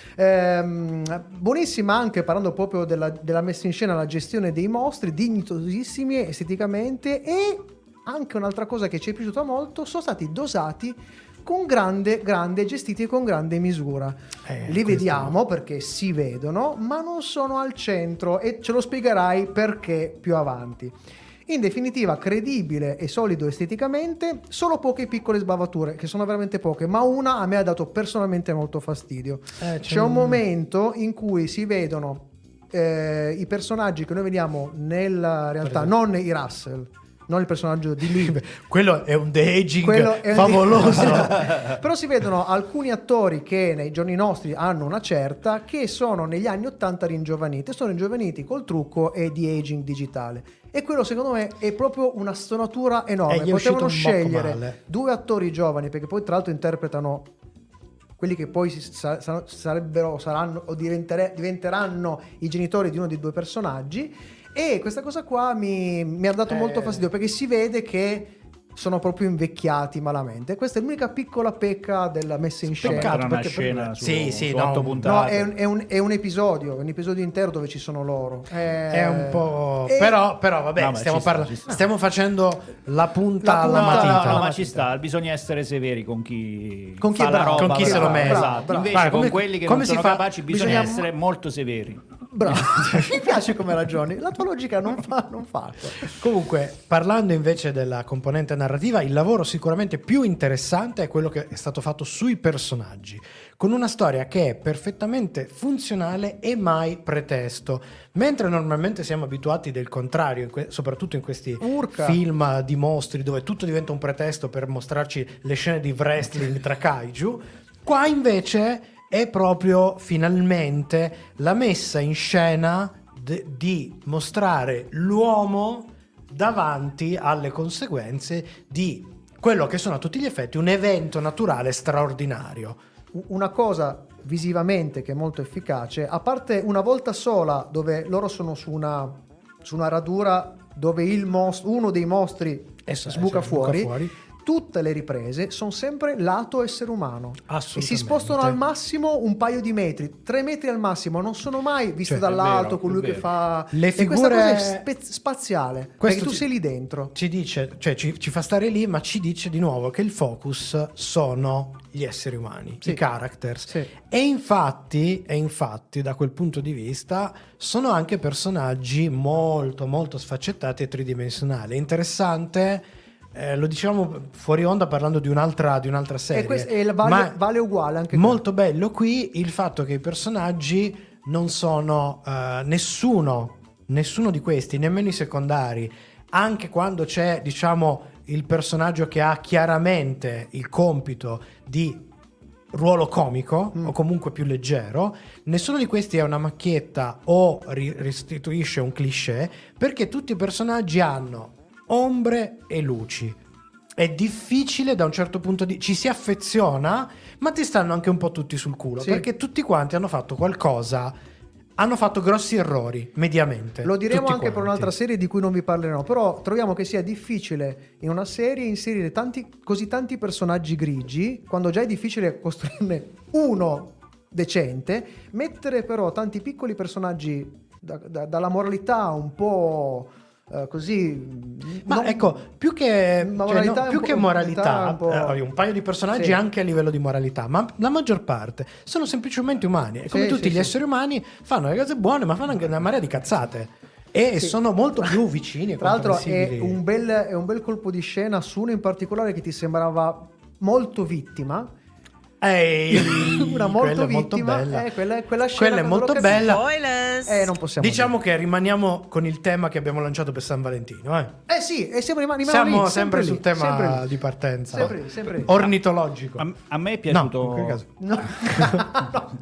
Ehm, buonissima anche parlando proprio della, della messa in scena, la gestione dei mostri, dignitosissimi esteticamente, e anche un'altra cosa che ci è piaciuta molto, sono stati dosati con grande, grande, gestiti con grande misura. Eh, Li questo- vediamo perché si vedono, ma non sono al centro, e ce lo spiegherai perché più avanti. In definitiva, credibile e solido esteticamente, solo poche piccole sbavature, che sono veramente poche, ma una a me ha dato personalmente molto fastidio. Eh, c'è C'è un un- momento in cui si vedono eh, i personaggi che noi vediamo nella realtà, non i Russell, non il personaggio di lui. Quello è un de-aging è un favoloso. De- però si vedono alcuni attori che nei giorni nostri hanno una certa, che sono negli anni ottanta ringiovaniti, sono ringiovaniti col trucco e di aging digitale, e quello secondo me è proprio una stonatura enorme. Potevano scegliere due attori giovani, perché poi tra l'altro interpretano quelli che poi si sa- sarebbero saranno o diventere- diventeranno i genitori di uno dei due personaggi. E questa cosa qua mi, mi ha dato eh. molto fastidio, perché si vede che sono proprio invecchiati malamente. Questa è l'unica piccola pecca della messa in scena. Peccato, perché scena su, sì, sì, su no, otto puntate. No, è un, è, un, è un episodio, un episodio intero dove ci sono loro. È, è un po'. E... Però, però, vabbè, no, stiamo, sta, parla... stiamo facendo la punta, la punta alla matita. No, no, no, ma matita. ci sta. Bisogna essere severi con chi, con chi fa è la bravo, roba. con chi se lo merita. Esatto. Bravo, Invece, bravo. con Come- quelli che come non si sono fa? capaci, bisogna, Bisogna- essere molto severi. Bravo. Mi piace come ragioni. La tua logica non fa, non fa. Comunque, parlando invece della componente narrativa, il lavoro sicuramente più interessante è quello che è stato fatto sui personaggi, con una storia che è perfettamente funzionale e mai pretesto. Mentre normalmente siamo abituati del contrario, in que- soprattutto in questi Urca. film di mostri dove tutto diventa un pretesto per mostrarci le scene di wrestling tra kaiju, qua invece è proprio finalmente la messa in scena de- di mostrare l'uomo davanti alle conseguenze di quello che sono a tutti gli effetti un evento naturale straordinario. Una cosa visivamente che è molto efficace, a parte una volta sola dove loro sono su una, su una radura dove il most- uno dei mostri Essa- sbuca, essa- fuori, sbuca fuori. Tutte le riprese sono sempre lato essere umano e Assolutamente. si spostano al massimo un paio di metri, tre metri al massimo, non sono mai viste Cioè, dall'alto è vero, con lui è che vero. fa Le e questa figure- cosa è spe- spaziale, perché Questo tu ci- sei lì dentro. Ci dice, cioè ci, ci fa stare lì, ma ci dice di nuovo che il focus sono gli esseri umani, Sì. i characters. Sì. E infatti, e infatti, da quel punto di vista, sono anche personaggi molto, molto sfaccettati e tridimensionali. È interessante, eh, lo dicevamo fuori onda parlando di un'altra, di un'altra serie. E, questo, e la vale, ma vale uguale anche molto bello qui il fatto che i personaggi non sono eh, nessuno, nessuno di questi, nemmeno i secondari. Anche quando c'è, diciamo, il personaggio che ha chiaramente il compito di ruolo comico Mm. o comunque più leggero, nessuno di questi è una macchietta o ri- restituisce un cliché, perché tutti i personaggi hanno ombre e luci. È difficile da un certo punto di ci si affeziona, ma ti stanno anche un po' tutti sul culo, Sì. perché tutti quanti hanno fatto qualcosa, hanno fatto grossi errori mediamente. Lo diremo tutti anche per quanti. un'altra serie di cui non vi parlerò, però troviamo che sia difficile in una serie inserire tanti, così tanti personaggi grigi, quando già è difficile costruirne uno decente, mettere però tanti piccoli personaggi da- da- dalla moralità un po' eh, così... Ma non- ecco, più che, Ma cioè, moralità no, è più un che po'- moralità, un po'- eh, un paio di personaggi Sì. anche a livello di moralità, ma la maggior parte sono semplicemente umani. E come Sì, tutti sì, gli sì. esseri umani fanno le cose buone, ma fanno anche una marea di cazzate. E Sì. sono molto più vicini e Tra l'altro è comprensibili. un, bel, è un bel colpo di scena su uno in particolare che ti sembrava molto vittima. Ehi, Una quella molto è molto vittima, bella. eh, quella, quella scena Quella è quando molto l'ho capita- bella. Spoilers! Eh, non possiamo Diciamo che rimaniamo con il tema che abbiamo lanciato per San Valentino. Eh. dire. Eh sì, e siamo rimani rimaniamo Siamo lì, sempre, lì, sul tema sempre lì. di partenza. Sempre lì, sempre lì. Ornitologico. A, a me è piaciuto. No, in quel caso. No. No.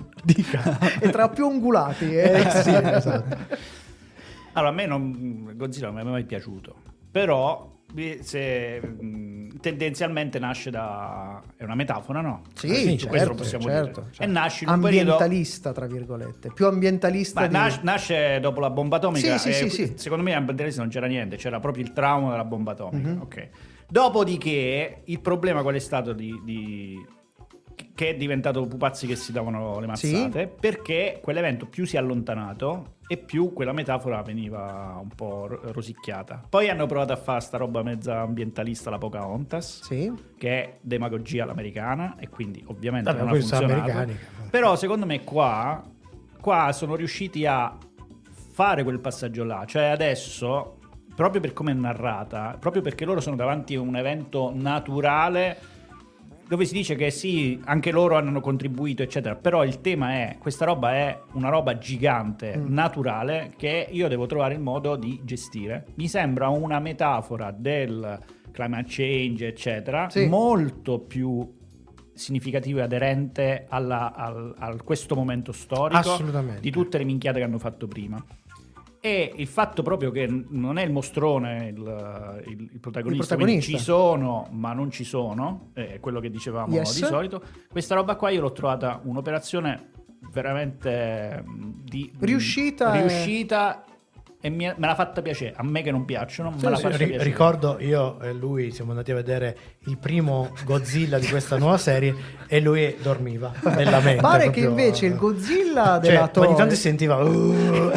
Dica. E tra più ungulati. Eh. Eh, sì, esatto. Allora, a me non, Godzilla non mi è mai piaciuto, però vi- se, mh, tendenzialmente nasce da... è una metafora, no? Sì, Eh, certo, questo lo possiamo certo, dire. certo. E nasce in un periodo... Ambientalista, tra virgolette. Più ambientalista Ma di... nas- nasce dopo la bomba atomica. Sì, sì, e sì, sì. Secondo me ambientalista non c'era niente, c'era proprio il trauma della bomba atomica. Mhm. Ok. Dopodiché il problema qual è stato di... di- che è diventato pupazzi che si davano le mazzate, Sì. perché quell'evento più si è allontanato e più quella metafora veniva un po' ro- rosicchiata. Poi hanno provato a fare sta roba mezza ambientalista, la Pocahontas, Sì. che è demagogia all'americana e quindi ovviamente Vabbè, non ha poi sono funzionato. americani. Però secondo me qua, qua sono riusciti a fare quel passaggio là, cioè adesso, proprio per come è narrata, proprio perché loro sono davanti a un evento naturale, dove si dice che sì, anche loro hanno contribuito, eccetera, però il tema è, questa roba è una roba gigante, mm. naturale, che io devo trovare il modo di gestire. Mi sembra una metafora del climate change, eccetera, sì. molto più significativa e aderente alla, al, al questo momento storico di tutte le minchiate che hanno fatto prima. E il fatto proprio che non è il mostrone il, il, il protagonista, il protagonista. Ci sono ma non ci sono, è quello che dicevamo yes. di solito. Questa roba qua io l'ho trovata un'operazione veramente di, riuscita, riuscita e... e mi, me l'ha fatta piacere, a me che non piacciono me sì, l'ha fatta ri- piacere. Ricordo io e lui siamo andati a vedere il primo Godzilla di questa nuova serie e lui dormiva nella mente. Pare proprio... che invece il Godzilla della cioè, Toei ogni tanto si sentiva uh,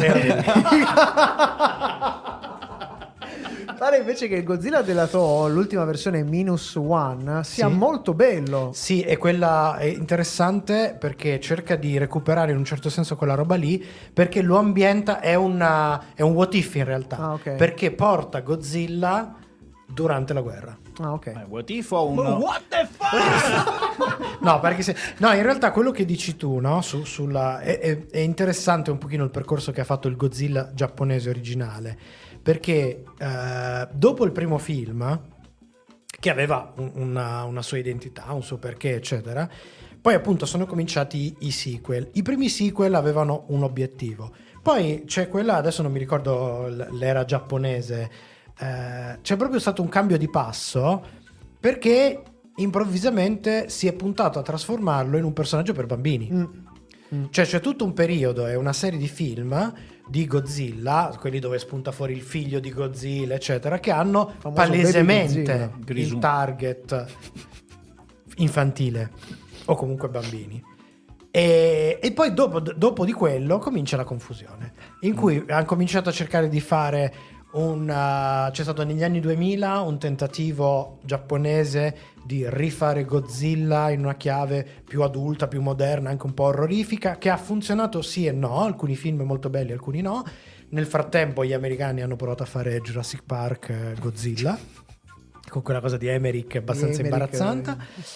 Pare invece che il Godzilla della Toei, l'ultima versione Minus One, sia sì. molto bello. Sì, e quella è interessante perché cerca di recuperare in un certo senso quella roba lì, perché lo ambienta, è, una, è un what if in realtà, ah, okay. perché porta Godzilla durante la guerra. Ah, ok. Eh, what if o un... What the fuck? No, perché se... no, in realtà quello che dici tu, no, su, sulla... è, è, è interessante un pochino il percorso che ha fatto il Godzilla giapponese originale, perché eh, dopo il primo film, che aveva un, una, una sua identità, un suo perché, eccetera, poi appunto sono cominciati i sequel. I primi sequel avevano un obiettivo. Poi c'è quella, adesso non mi ricordo l'era giapponese, eh, c'è proprio stato un cambio di passo, perché improvvisamente si è puntato a trasformarlo in un personaggio per bambini. Mm. Mm. Cioè c'è tutto un periodo e una serie di film di Godzilla, quelli dove spunta fuori il figlio di Godzilla, eccetera, che hanno famoso palesemente il target infantile o comunque bambini. E, e poi dopo, dopo di quello comincia la confusione, in cui hanno cominciato a cercare di fare un uh, c'è stato negli anni duemila un tentativo giapponese di rifare Godzilla in una chiave più adulta, più moderna, anche un po' orrorifica, che ha funzionato sì e no, alcuni film molto belli, alcuni no. Nel frattempo gli americani hanno provato a fare Jurassic Park eh, Godzilla con quella cosa di Emmerich abbastanza Emmerich, imbarazzante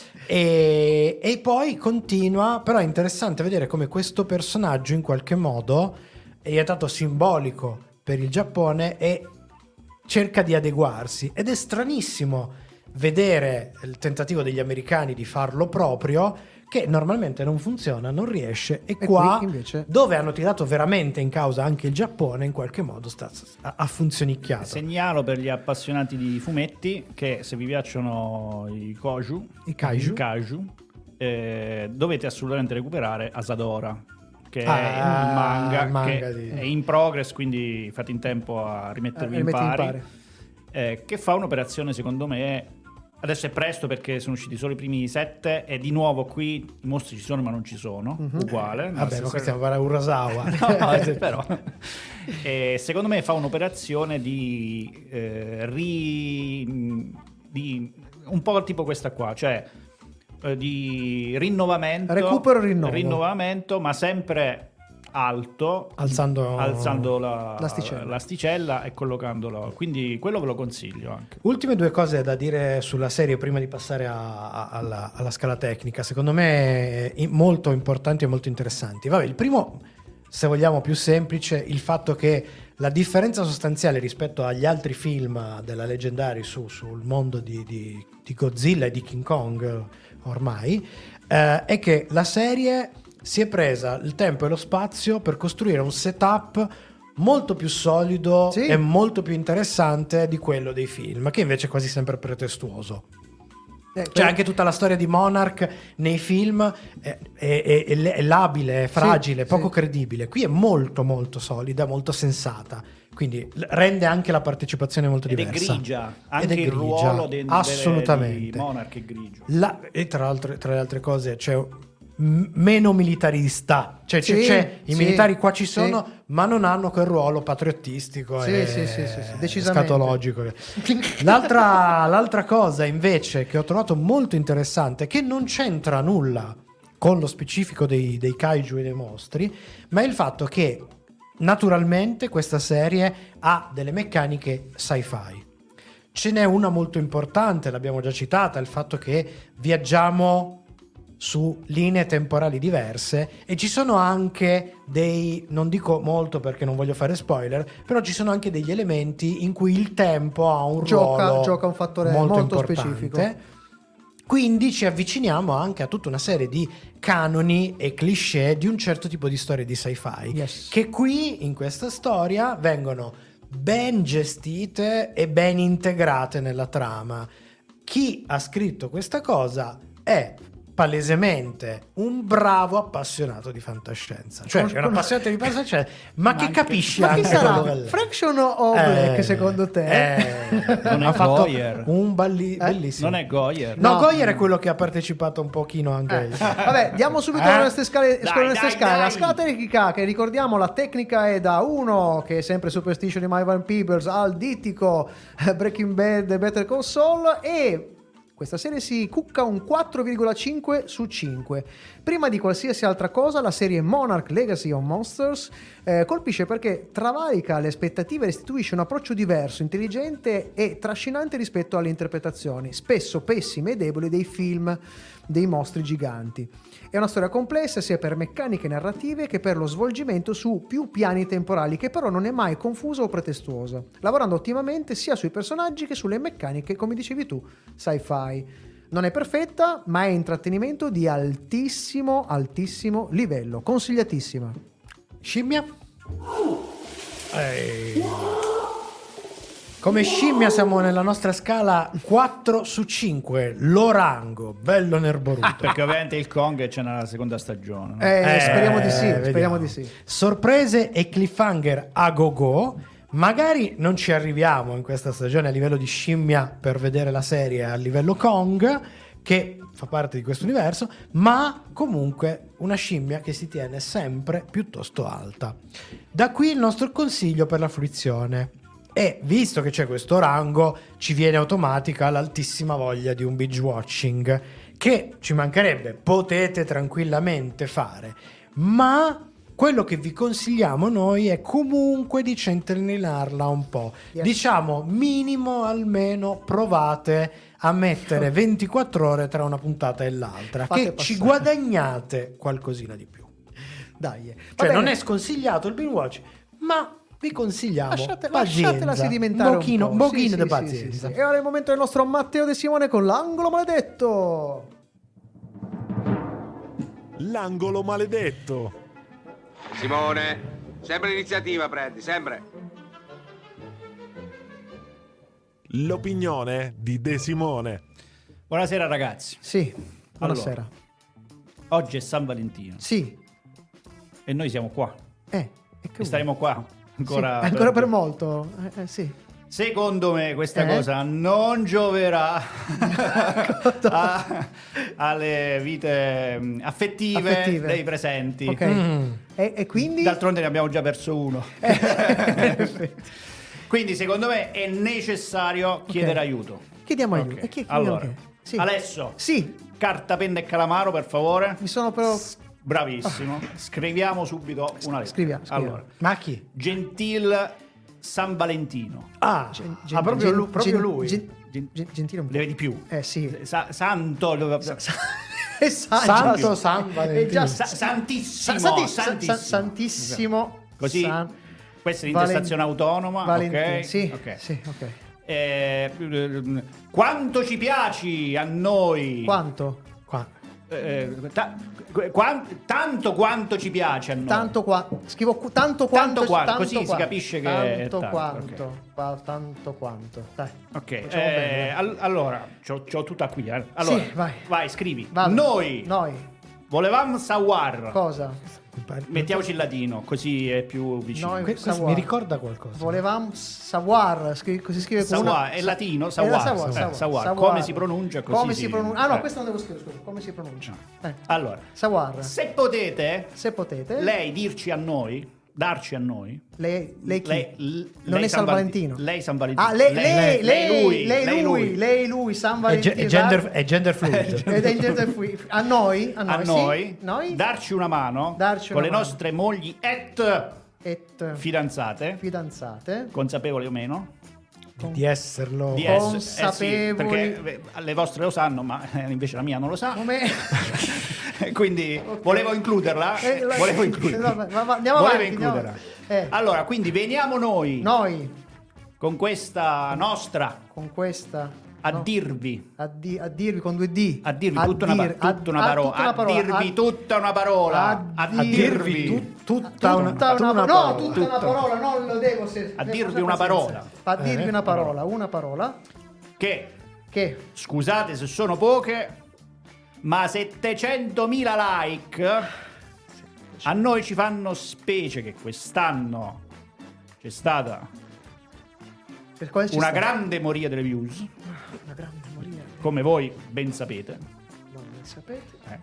e, e poi continua, però è interessante vedere come questo personaggio in qualche modo è diventato simbolico per il Giappone e cerca di adeguarsi, ed è stranissimo vedere il tentativo degli americani di farlo proprio, che normalmente non funziona, non riesce, e, e qua invece... dove hanno tirato veramente in causa anche il Giappone, in qualche modo sta, ha funzionicchiato. Segnalo per gli appassionati di fumetti che se vi piacciono i koju, i kaiju, i kaiju eh, dovete assolutamente recuperare Asadora, che ah, è un manga, manga che di... è in progress, quindi fate in tempo a rimettervi eh, in pari, in pari. Eh, che fa un'operazione secondo me, adesso è presto perché sono usciti solo i primi sette e di nuovo qui i mostri ci sono ma non ci sono, mm-hmm. uguale. Vabbè, ma stiamo parlando di Urasawa. No, però e secondo me fa un'operazione di, eh, ri, di un po' tipo questa qua, cioè di rinnovamento, recupero rinnovo. rinnovamento, ma sempre alto, alzando, alzando la, l'asticella. l'asticella e collocandolo, quindi quello ve lo consiglio anche. Ultime due cose da dire sulla serie prima di passare a, a, alla, alla scala tecnica, secondo me molto importanti e molto interessanti. Vabbè, il primo, se vogliamo più semplice, il fatto che la differenza sostanziale rispetto agli altri film della Legendary su, sul mondo di, di, di Godzilla e di King Kong ormai eh, è che la serie si è presa il tempo e lo spazio per costruire un setup molto più solido sì. e molto più interessante di quello dei film, che invece è quasi sempre pretestuoso. Eh, C'è per... anche tutta la storia di Monarch nei film è, è, è, è labile, è fragile, sì, poco sì. credibile. Qui è molto molto solida, molto sensata, quindi rende anche la partecipazione molto ed diversa. È grigia, anche Ed è il grigia, ruolo de, assolutamente. di Monarch è grigio. La, e tra, altre, tra le altre cose c'è m- meno militarista, cioè sì, c'è, c'è i sì, militari qua ci sono, sì. ma non hanno quel ruolo patriottistico sì, e sì, sì, sì, sì, decisamente. scatologico. L'altra, l'altra cosa invece che ho trovato molto interessante, che non c'entra nulla con lo specifico dei, dei kaiju e dei mostri, ma è il fatto che naturalmente questa serie ha delle meccaniche sci-fi. Ce n'è una molto importante, l'abbiamo già citata, il fatto che viaggiamo su linee temporali diverse e ci sono anche dei, non dico molto perché non voglio fare spoiler, però ci sono anche degli elementi in cui il tempo ha un gioca, ruolo gioca un fattore molto, molto importante. specifico. Quindi ci avviciniamo anche a tutta una serie di canoni e cliché di un certo tipo di storie di sci-fi, yes. che qui in questa storia vengono ben gestite e ben integrate nella trama. Chi ha scritto questa cosa è palesemente un bravo appassionato di fantascienza, cioè è un appassionato di fantascienza, ma, ma che capisce ma anche chi sarà? quello. Fraction o Black, eh, secondo te? Eh, non è ha fatto Goyer. un balli- eh? bellissimo. Non è Goyer. No, No. Goyer è quello che ha partecipato un pochino anche. Eh. Vabbè, diamo subito Eh? le nostre scale. Dai, le nostre dai, scale. La dai. scala tecnica, che ricordiamo, la tecnica è da uno, che è sempre Superstition di My Van Peebles, al dittico Breaking Bad e Better Call Saul, e questa serie si cucca un quattro virgola cinque su cinque. Prima di qualsiasi altra cosa, la serie Monarch Legacy of Monsters eh, colpisce perché travalica le aspettative e restituisce un approccio diverso, intelligente e trascinante rispetto alle interpretazioni, spesso pessime e deboli, dei film dei mostri giganti. È una storia complessa sia per meccaniche narrative che per lo svolgimento su più piani temporali, che però non è mai confusa o pretestuosa, lavorando ottimamente sia sui personaggi che sulle meccaniche, come dicevi tu, sci-fi. Non è perfetta, ma è intrattenimento di altissimo, altissimo livello. Consigliatissima. Scimmia? Ehi. Come scimmia siamo nella nostra scala quattro su cinque, Lorango, bello nerboruto. Ah, perché ovviamente il Kong c'è nella seconda stagione. No? Eh, Eh, speriamo di sì, vediamo. speriamo di sì. Sorprese e cliffhanger a go-go. Magari non ci arriviamo in questa stagione a livello di scimmia per vedere la serie a livello Kong, che fa parte di questo universo, ma comunque una scimmia che si tiene sempre piuttosto alta. Da qui il nostro consiglio per la fruizione. E visto che c'è questo rango, ci viene automatica l'altissima voglia di un binge watching, che ci mancherebbe, potete tranquillamente fare, ma quello che vi consigliamo noi è comunque di centellinarla un po'. Yes. Diciamo minimo, almeno provate a mettere ventiquattro ore tra una puntata e l'altra, Fate che passare. ci guadagnate qualcosina di più. Dai. Va Cioè bene. non è sconsigliato il binge watch, ma vi consigliamo Lasciate, pazienza, lasciatela sedimentare un pochino, un po'. un pochino Sì, di sì, pazienza. sì, sì. E ora è il momento del nostro Matteo De Simone con l'angolo maledetto. L'angolo maledetto. Simone, sempre l'iniziativa prendi, sempre. L'opinione di De Simone. Buonasera ragazzi. Sì, buonasera. Allora, oggi è San Valentino. Sì. E noi siamo qua. Eh, e che E vuoi? staremo qua ancora, Sì, ancora per molto. Eh, eh, sì. Secondo me questa Eh? cosa non gioverà a- alle vite mm, affettive, Affettive. dei presenti. Ok. Mm. E, e quindi? D'altronde ne abbiamo già perso uno. Quindi secondo me è necessario chiedere aiuto. Chiediamo Ok. aiuto. E chi- chiediamo Allora, che? Sì. Alessio, Sì, carta, penna e calamaro per favore. mi sono però... Bravissimo. Scriviamo subito una lettera. Scriviamo, scriviamo. Allora, Ma chi? Gentil San Valentino. Ah, Gen- ah, proprio, gen- lui, proprio gen- lui. gen- gen- gentile un po'. Deve di più. Eh sì. Sa- santo. dove- Eh, sa- Santo già- San eh, Valentino. già- Sa- santissimo, Sa- santi- santissimo. sa- santissimo. Così, San- questa è Valen- l'intestazione autonoma. Valentino. Ok? Sì, Ok. sì, ok. Eh, ehm, quanto ci piaci a noi? Quanto? Qua. Eh, ta- quan- tanto quanto ci piace a noi. Tanto qua. Scrivo qu- tanto quanto. Tanto qua- tanto così si qua- capisce che è tanto tanto, quanto. qua- tanto quanto. Dai. Ok, Facciamo eh, bene. all- allora, c'ho, c'ho tutta qui. eh. Allora, Sì, vai. scrivi. Vado. Noi Noi. volevamo savoir. Cosa? Mettiamoci il latino, così è più vicino. Noi- Que- questo savoir. mi ricorda qualcosa. Volevamo savoir, scri- così si scrive con Savoir, una... è latino, Eh, savoir, savoir, eh, savoir, savoir. savoir. Come si pronuncia, così Come si- si pronuncia? Ah no, eh. questo non devo scrivere, scusa. Come si pronuncia? Eh. Allora, Savoir. se potete, Se potete. lei dirci a noi, darci a noi. Lei, lei chi? Lei, l- non lei è San Valentino. Lei San Valentino. Ah, lei, lei, lei, lui, lei, lei lui, lei, lui, San È, Valentino. ge- è gender, è gender fluid. Ed è gender fluid. A noi, a noi, a sì. noi, noi darci una mano Darci con una le mano. nostre mogli et et fidanzate, fidanzate, consapevoli o meno, di esserlo, di essere, consapevoli. Eh sì, perché eh, le vostre lo sanno, ma eh, invece la mia non lo sa. Come? Quindi okay. volevo includerla. Eh, la... volevo includerla. Ma, ma, andiamo volevo avanti, includerla. andiamo... Eh. Allora, quindi veniamo noi. Noi. Con questa nostra. Con questa. A no. dirvi. A, di, a dirvi con due D. A dirvi a tutta, dir, una, tutta, a, una parola, tutta una parola. A dirvi a, tutta una parola. A, A, dir, dirvi. Tu, tutta, tutta una, tutta una, una no, parola. tutta Tutta. una parola, non lo devo. Se, A dirvi una parola. A dirvi Eh, una parola, una parola. Che. Che. Scusate se sono poche. Ma settecentomila like a noi ci fanno specie che quest'anno c'è stata Per quale c'è una stata? grande moria delle views, Una grande moria. come voi ben sapete. Non lo sapete. Eh.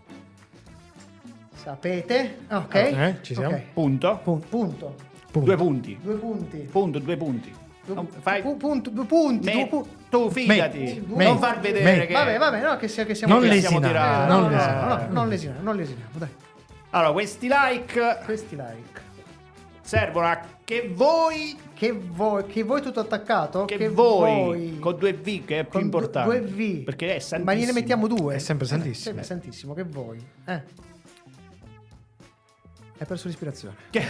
Sapete? Ok. Eh, ci siamo. Ok. Punto. Punto. Punto. Punto. Due punti. Due punti. Punto, due punti. Non fai... Pu- punto, due punti. Me- due pu- tu fidati, Me- non me- far vedere me- che... Vabbè, vabbè, no, che, sia, che siamo Non che siamo lesinare, tirati. non no, no, lesinare. no, no, non lesiniamo, non lesiniamo, dai. Allora, questi like Questi like. servono a che voi, Che voi, che voi tutto attaccato? che, voi, con due V, che è più con importante. due V. Perché è santissimo. Ma gliene mettiamo due. È sempre Eh, santissimo. sempre santissimo, che voi. Eh. Hai perso l'ispirazione. Che,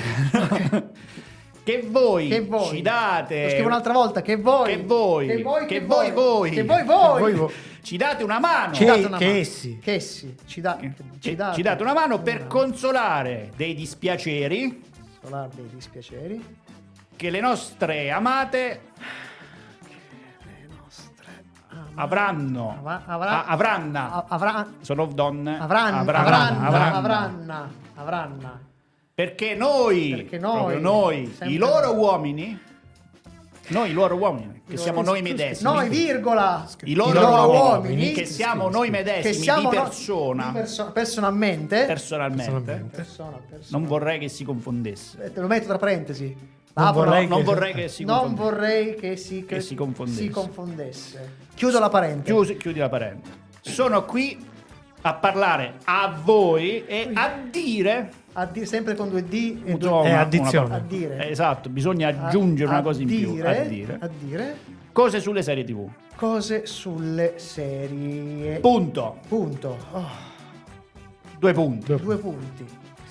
che voi, Che voi. ci date. Lo scrivo un'altra volta, che voi. Che voi, Che voi, che che voi, voi. voi. Che voi, voi. Voi, voi. Ci date una mano. Che- date una che mano. essi. Che essi. Ci, da, Che- ci, date, ci date una mano per consolare dei dispiaceri consolare dei dispiaceri. che le nostre amate Le nostre avranno. Ava- avrà- a- avranna. a- avrà, Sono donne. avranno, avranna, avranno, avranna. avranno, avranno. Perché noi, Perché noi, proprio noi, sempre i loro noi. uomini, noi i loro uomini, che siamo noi medesimi. Noi, virgola. I loro, I loro uomini, uomini. che siamo noi medesimi Che siamo di no- persona, di perso- personalmente. personalmente, Personalmente. Persona, persona. non vorrei che si confondesse. Eh, Te lo metto tra parentesi. Non Apro, vorrei non che- vorrei che si non confondesse. vorrei che si, Che si confondesse. si confondesse. Chiudo la parentesi. Chiusi- chiudi la parentesi. Sono qui a parlare a voi e a dire A dire sempre con due D e Una- due una- È una addizione. parola. A dire. Esatto, bisogna A- aggiungere a una cosa in più. dire, A dire. a dire Cose sulle serie tivù. cose sulle serie. Punto. Punto. Oh, Due punti. due punti.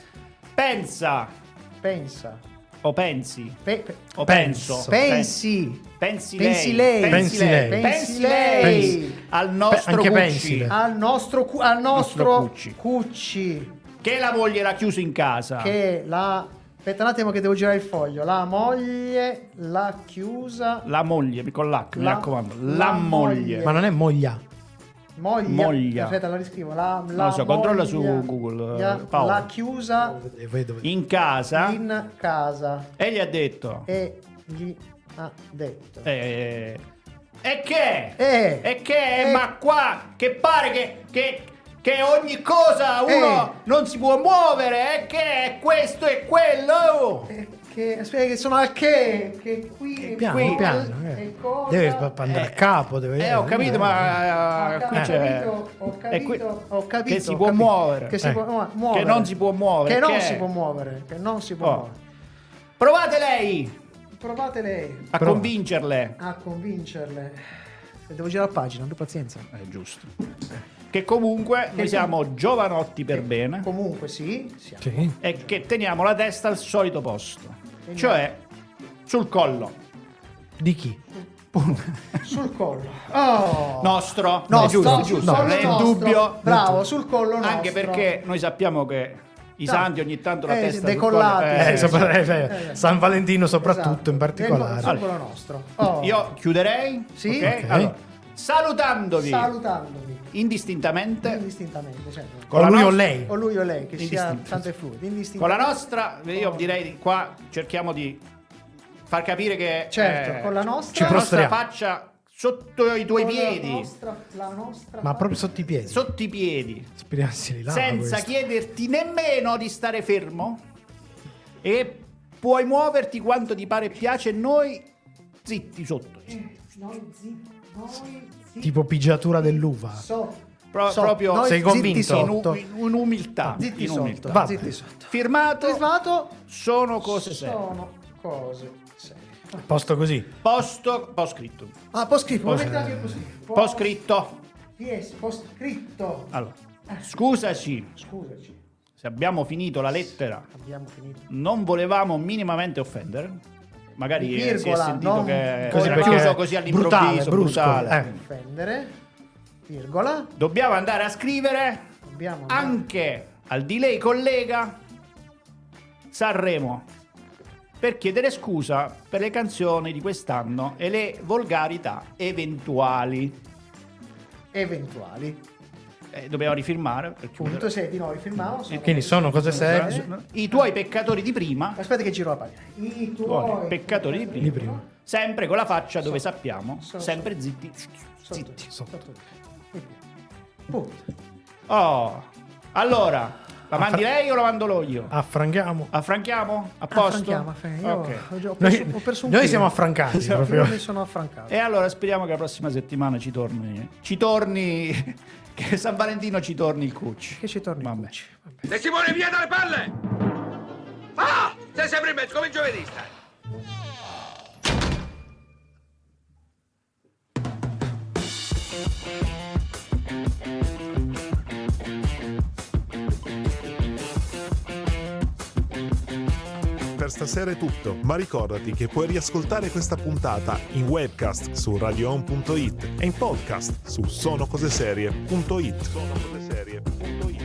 Pensa Pensa. o pensi Pe- pe- o penso. pensi. Pensi Pensi lei. lei. Pensi Pensi lei. lei. Pensi lei. Pensi. Al nostro Anche Cucci. pensile. Al nostro, cu- al nostro, Nostro Cucci. Cucci. Che la moglie l'ha chiuso in casa. Che la. Aspetta un attimo che devo girare il foglio. La moglie l'ha chiusa. La moglie, con l'H, mi La- raccomando. La, la moglie. moglie. Ma non è moglia. Moglia. Moglia. Aspetta, la riscrivo. La, la Non lo so, controlla moglie su Google, gli ha- eh, Paolo. L'ha chiusa E voi dovete- In casa. in casa. E gli ha detto. E gli ha detto. Eh, e che? Eh. E che? Eh. Ma qua che pare che, che, che ogni cosa uno Eh. non si può muovere. E che è questo e quello. Eh, Che, aspetta, che sono al che? Che qui. Piano, qui, piano. e eh. cosa- Deve sp- andare a capo. Deve Eh, ho capito, eh. ma eh, Ho qui ca- c'è. capito, ho è qui- capito, ho capito, che si ho può capito. muovere. Che si Eh. può mu- muovere. Che non si può muovere. Che non che si è? può muovere. Che non si può Oh. muovere. Provate lei Provate lei a Prova. convincerle. a convincerle. E devo girare la pagina, abbi pazienza. È giusto. Che comunque noi siamo giovanotti per bene Comunque sì, siamo. Sì. e che teniamo la testa al solito posto. Cioè sul collo. Di chi? Sul collo. Oh. Nostro. No, È giusto, sto- è sul giusto. collo Non è nostro. dubbio. Bravo, sul collo nostro. Anche perché noi sappiamo che i Dai. santi ogni tanto la Eh, testa sul decollati, collo- Eh, eh, sopra- eh, eh, San Valentino soprattutto Esatto. in particolare. Sul collo nostro. Oh. Io chiuderei. Sì. ok? Ok. Allora, salutandovi Salutandovi indistintamente indistintamente, cioè, con O la lui o nostra- lei. o lui o lei, che sia Indistinto. tanto e fluido, con indistintamente. la nostra, io direi di qua cerchiamo di far capire che Certo, eh, con la nostra- Ci la nostra prostriamo. faccia sotto i tuoi Con piedi, La nostra, la nostra Ma proprio sotto i piedi. sotto i piedi, Speriamo si li lava senza questo. chiederti nemmeno di stare fermo e puoi muoverti quanto ti pare e piace, noi zitti sotto. Noi zitti, noi zitti Tipo pigiatura dell'uva. sotto. Pro- Sotto. proprio Noi sei zitti convinto? sotto. in, in umiltà, Zitti in sotto. umiltà. Va Zitti bene. sotto. Firmato, Firmato sono cose serie. sono cose serie. Posto così. Posto, post scritto. Ah, post scritto. Post- Post, anche così. Post scritto. Yes, post scritto. Allora, scusaci Scusaci. se abbiamo finito la lettera. Abbiamo finito. Non volevamo minimamente offendere. Magari Virgola, si è sentito non- che così era perché chiuso così all'improvviso, brutale, brusco, brutale. eh. Offendere. Virgola. Dobbiamo andare a scrivere Dobbiamo anche al di lei collega Sanremo per chiedere scusa per le canzoni di quest'anno e le volgarità eventuali. Eventuali. Eh, dobbiamo rifirmare per chiudere. Punto sei di nuovo rifirmavo. Sono Quindi sono cose serie. I tuoi peccatori di prima. Aspetta che giro la pagina. I tuoi tuoi peccatori di prima. Di prima. Sempre con la faccia dove sappiamo, Sono- sempre zitti. Sotto, Zitti. sotto. Punto. Oh, allora, la mandi lei o la mando io? Affranchiamo. Affranchiamo? A posto? Affranchiamo, affranchiamo. Io Ok. ho perso, Noi, ho perso un noi chilo. siamo affrancati proprio. Io mi sono affrancato. E allora speriamo che la prossima settimana ci torni. Ci torni. Che San Valentino ci torni il Cucci. Che ci torni Vabbè. il Cucci. De Simone, via dalle palle! Ah! Sei sempre in mezzo come il giovedì, stai. Per stasera è tutto, ma ricordati che puoi riascoltare questa puntata in webcast su radio on punto it e in podcast su sono cose serie punto it. Sono cose serie punto it.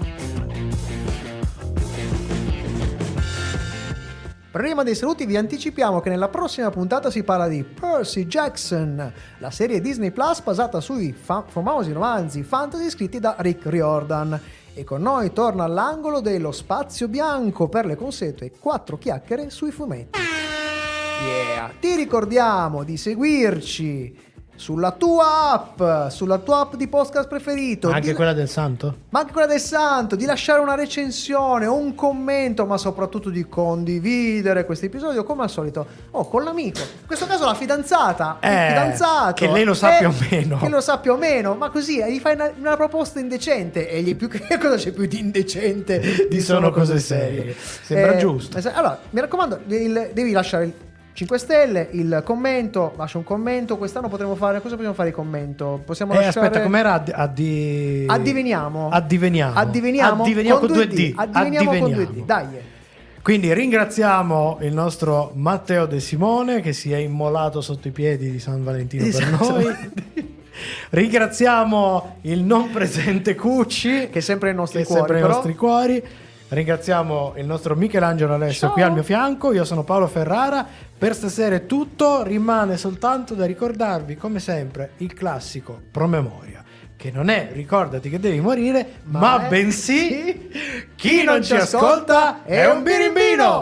Prima dei saluti vi anticipiamo che nella prossima puntata si parla di Percy Jackson, la serie Disney Plus basata sui fa- famosi romanzi fantasy scritti da Rick Riordan. E con noi torna all'angolo dello spazio bianco per le consuete quattro chiacchiere sui fumetti. Yeah. Ti ricordiamo di seguirci sulla tua app, sulla tua app di podcast preferito. Anche di... quella del santo? Ma anche quella del santo, di lasciare una recensione o un commento, ma soprattutto di condividere questo episodio come al solito o con l'amico, in questo caso la fidanzata, il Eh, fidanzato, che lei lo sappia eh, o meno. che lo sappia o meno, ma così eh, gli fai una, una proposta indecente e gli più che cosa c'è più di indecente di, Di sono cose serie. Sembra giusto. es- Allora, mi raccomando, il- devi lasciare il cinque stelle, il commento, lascia un commento. Quest'anno potremo fare, cosa possiamo fare di commento? Possiamo Eh, lasciare... aspetta, com'era? Addi... addi- Addiveniamo. Addiveniamo. Addiveniamo, Addiveniamo con con due due D. D. Addiveniamo con due D. Addiveniamo. Dai. Quindi ringraziamo il nostro Matteo De Simone che si è immolato sotto i piedi di San Valentino Esatto. per noi. Ringraziamo il non presente Cucci che è sempre nei nostri che è cuori, sempre nei però. nostri cuori. Ringraziamo il nostro Michelangelo Alessio Ciao. qui al mio fianco. Io sono Paolo Ferrara. Per stasera è tutto. Rimane soltanto da ricordarvi, come sempre, il classico promemoria, che non è ricordati che devi morire, ma, Ma è- bensì chi non ci ascolta è un birimbino.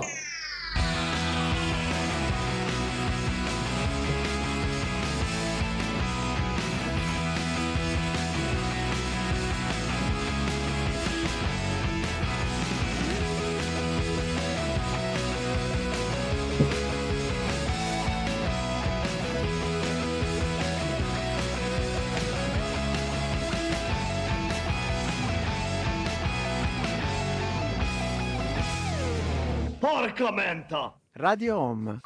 Porca menta! Radio Home.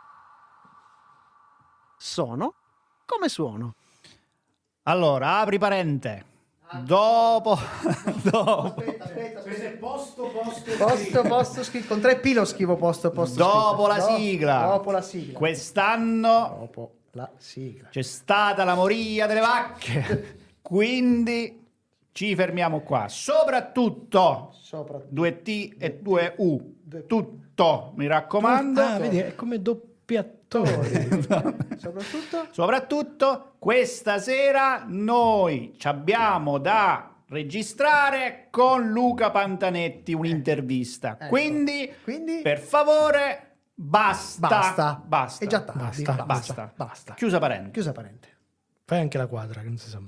Sono come suono. Allora, apri parente. Dopo, dopo, Aspetta, aspetta, Questo è posto, posto, Posto, posto, scritto. Con tre P lo scrivo posto, posto. dopo scritto. la Do- sigla. Dopo la sigla. Quest'anno Dopo la sigla. c'è stata la moria delle vacche. Quindi ci fermiamo qua. Soprattutto Soprattutto. due T e due U. Tutto, mi raccomando. Ah, vedi, è come doppiatore. Soprattutto. Soprattutto questa sera noi ci abbiamo da registrare con Luca Pantanetti un'intervista. Ecco. Quindi, Quindi? per favore, basta. Basta. Basta. È già tardi. Basta, Basta. Basta. Chiusa parente. Chiusa parente. Fai anche la quadra, che non si sa mai.